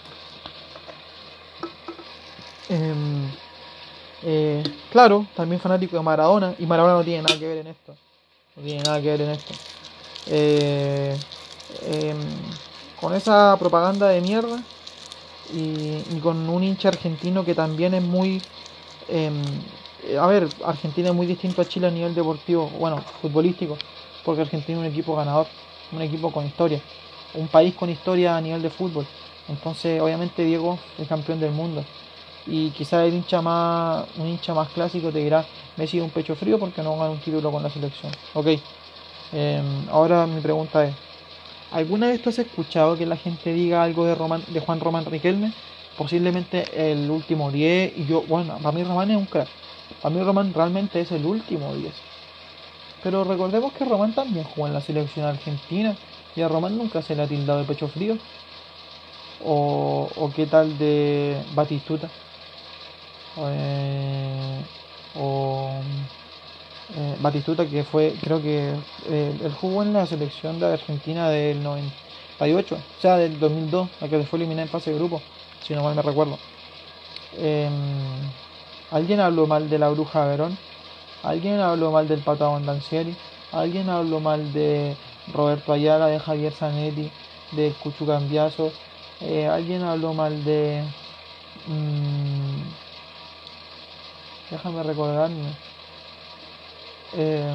eh, eh, claro, también fanático de Maradona, y Maradona no tiene nada que ver en esto. No tiene nada que ver en esto. Eh, eh, con esa propaganda de mierda y, y con un hincha argentino que también es muy... Eh, a ver, Argentina es muy distinto a Chile a nivel deportivo, bueno, futbolístico, porque Argentina es un equipo ganador, un equipo con historia, un país con historia a nivel de fútbol. Entonces, obviamente Diego es campeón del mundo. Y quizás el hincha más, un hincha más clásico te dirá, Messi es un pecho frío porque no gana un título con la selección. Ok, eh, ahora mi pregunta es, ¿alguna vez tú has escuchado que la gente diga algo de, Román, de Juan Román Riquelme? Posiblemente el último diez, y yo, bueno, para mí Román es un crack. Para mí Román realmente es el último diez. Pero recordemos que Román también jugó en la selección argentina y a Román nunca se le ha tildado de pecho frío. O, o qué tal de Batistuta. Eh, o eh, Batistuta, que fue, creo que eh, él jugó en la selección de Argentina del noventa y ocho, o sea, del dos mil dos, la que fue eliminada en fase de grupo, si no mal me recuerdo. Eh, ¿Alguien habló mal de la Bruja Verón? ¿Alguien habló mal del Pato Abondancieri? ¿Alguien habló mal de Roberto Ayala, de Javier Zanetti, de Cuchu Cambiaso? Eh, ¿Alguien habló mal de... Mmm, déjame recordarme. Eh,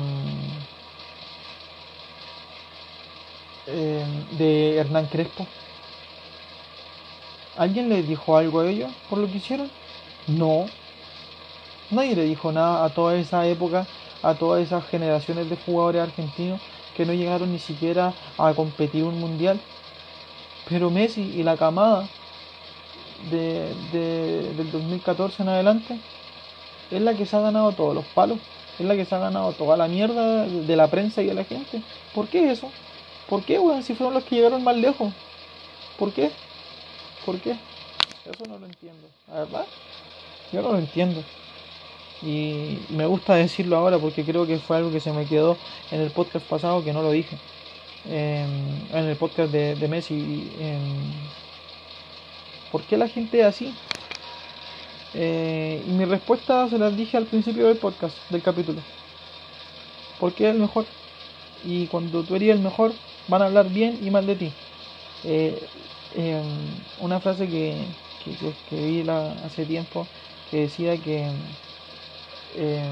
eh, de Hernán Crespo. ¿Alguien les dijo algo a ellos por lo que hicieron? No. Nadie le dijo nada a toda esa época, a todas esas generaciones de jugadores argentinos que no llegaron ni siquiera a competir un mundial. Pero Messi y la camada de, de, del dos mil catorce en adelante es la que se ha ganado todos los palos, es la que se ha ganado toda la mierda de la prensa y de la gente. ¿Por qué eso? ¿Por qué, weón? Si fueron los que llegaron más lejos. ¿Por qué? ¿Por qué? Eso no lo entiendo. La verdad, yo no lo entiendo. Y me gusta decirlo ahora porque creo que fue algo que se me quedó en el podcast pasado que no lo dije. Eh, en el podcast de, de Messi. Eh, ¿Por qué la gente es así? Eh, y mi respuesta se las dije al principio del podcast, del capítulo. Porque es el mejor. Y cuando tú eres el mejor, van a hablar bien y mal de ti. Eh, eh, una frase que, que, que, que vi la, hace tiempo que decía que eh,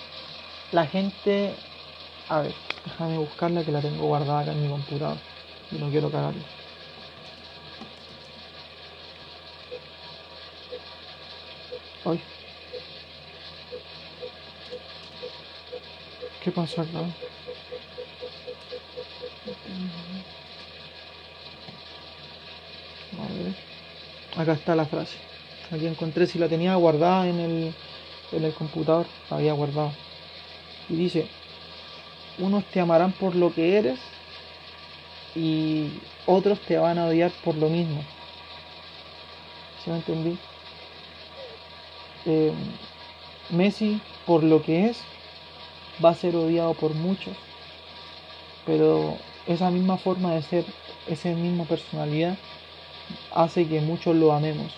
la gente... A ver, déjame buscarla que la tengo guardada acá en mi computador. y no quiero cagarlo. Ay, ¿qué pasa acá? A ver, acá está la frase. Aquí encontré, si la tenía guardada en el, en el computador, la había guardado. Y dice, unos te amarán por lo que eres y otros te van a odiar por lo mismo. ¿Sí me entendí? Eh, Messi, por lo que es, va a ser odiado por muchos, pero esa misma forma de ser, esa misma personalidad, hace que muchos lo amemos.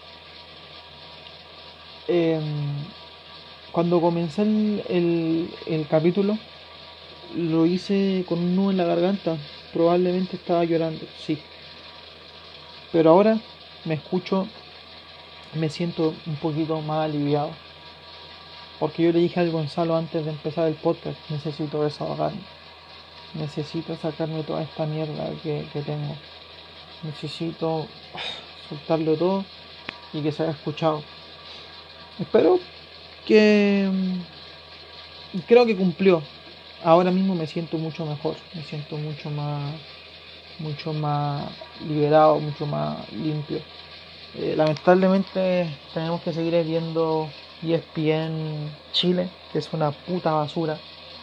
Eh, Cuando comencé el, el, el capítulo, lo hice con un nudo en la garganta. Probablemente estaba llorando, sí. Pero ahora me escucho, me siento un poquito más aliviado. Porque yo le dije al Gonzalo antes de empezar el podcast, necesito desahogarme. Necesito sacarme toda esta mierda que, que tengo. Necesito soltarlo todo y que se haya escuchado. Espero que... Creo que cumplió. Ahora mismo me siento mucho mejor. Me siento mucho más... Mucho más liberado, mucho más limpio. Eh, lamentablemente tenemos que seguir viendo E S P N Chile, que es una puta basura.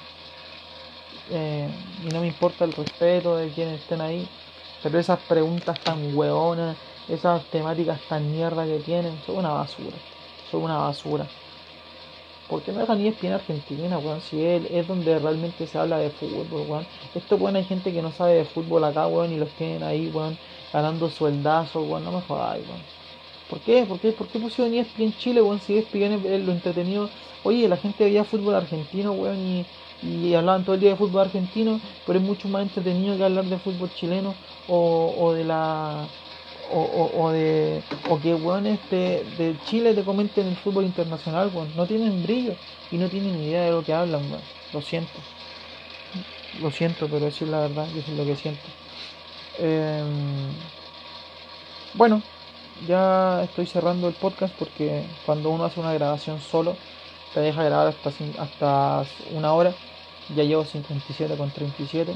Eh, y no me importa el respeto de quienes estén ahí, pero esas preguntas tan hueonas, esas temáticas tan mierda que tienen, son una basura. Son una basura. ¿Por qué no dejan E S P N Argentina, weón? Si es, es donde realmente se habla de fútbol, weón. Esto, weón, hay gente que no sabe de fútbol acá, weón, y los tienen ahí, weón, ganando sueldazos, weón. No me jodáis, weón. ¿Por qué? ¿Por qué? ¿Por qué pusieron E S P N Chile, weón? Si E S P N es lo entretenido. Oye, la gente veía fútbol argentino, weón, y, y hablaban todo el día de fútbol argentino, pero es mucho más entretenido que hablar de fútbol chileno o, o de la... O, o, o de o que weones de, de Chile te comenten el fútbol internacional, weón. No tienen brillo y no tienen ni idea de lo que hablan, weón. Lo siento. Lo siento, pero eso es la verdad, eso es lo que siento. Eh, bueno, ya estoy cerrando el podcast porque cuando uno hace una grabación solo, te deja grabar hasta, hasta una hora. Ya llevo cincuenta y siete con treinta y siete.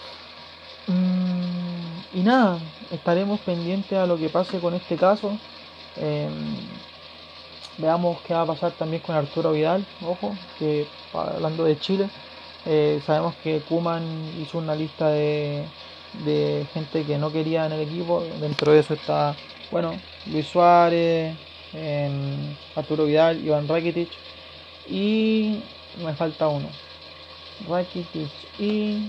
Mm, y nada, estaremos pendientes a lo que pase con este caso. Eh, Veamos qué va a pasar también con Arturo Vidal. Ojo, que hablando de Chile, eh, sabemos que Koeman hizo una lista de, de gente que no quería en el equipo. Dentro de eso está, bueno, Luis Suárez, eh, Arturo Vidal, Iván Rakitic y me falta uno. Rakitic y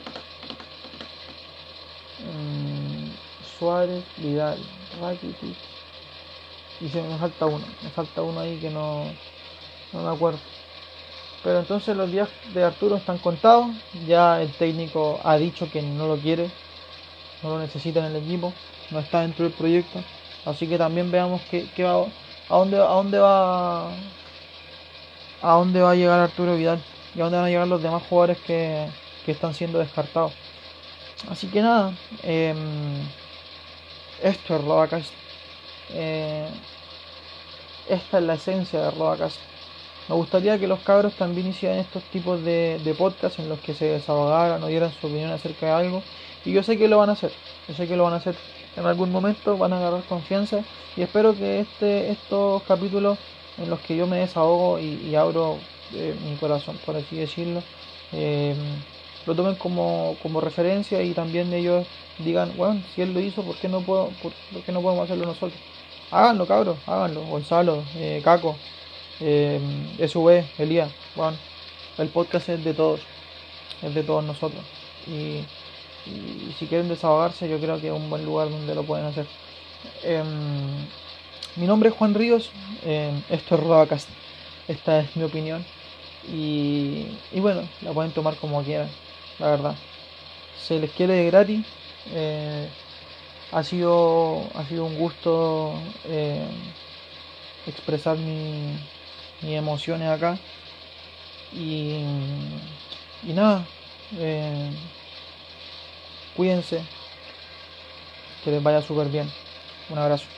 um, Suárez, Vidal, Rakitic y se me falta uno, me falta uno ahí que no, no me acuerdo. Pero entonces los días de Arturo están contados, ya el técnico ha dicho que no lo quiere, no lo necesita en el equipo, no está dentro del proyecto, así que también veamos que, que va, a dónde a dónde va a dónde va a llegar Arturo Vidal y a dónde van a llegar los demás jugadores que, que están siendo descartados. Así que nada, eh, esto es Robacast. Eh, esta es la esencia de Robacast. Me gustaría que los cabros también hicieran estos tipos de, de podcasts en los que se desahogaran o dieran su opinión acerca de algo. Y yo sé que lo van a hacer. Yo sé que lo van a hacer en algún momento, van a agarrar confianza. Y espero que este, estos capítulos en los que yo me desahogo y, y abro eh, mi corazón, por así decirlo, eh, lo tomen como, como referencia y también ellos digan, bueno, si él lo hizo, ¿por qué no, puedo, por, por qué no podemos hacerlo nosotros? Háganlo, cabros, háganlo. Gonzalo, eh, Caco. Eh, S V, Elías, bueno, el podcast es de todos, es de todos nosotros. Y, y si quieren desahogarse, yo creo que es un buen lugar donde lo pueden hacer. Eh, mi nombre es Juan Ríos, eh, esto es Rodacast, esta es mi opinión. Y, y bueno, la pueden tomar como quieran, la verdad. Se les quiere de gratis. Eh, ha, sido, ha sido un gusto eh, expresar mi mis emociones acá y, y nada, eh, cuídense, Que les vaya súper bien. Un abrazo.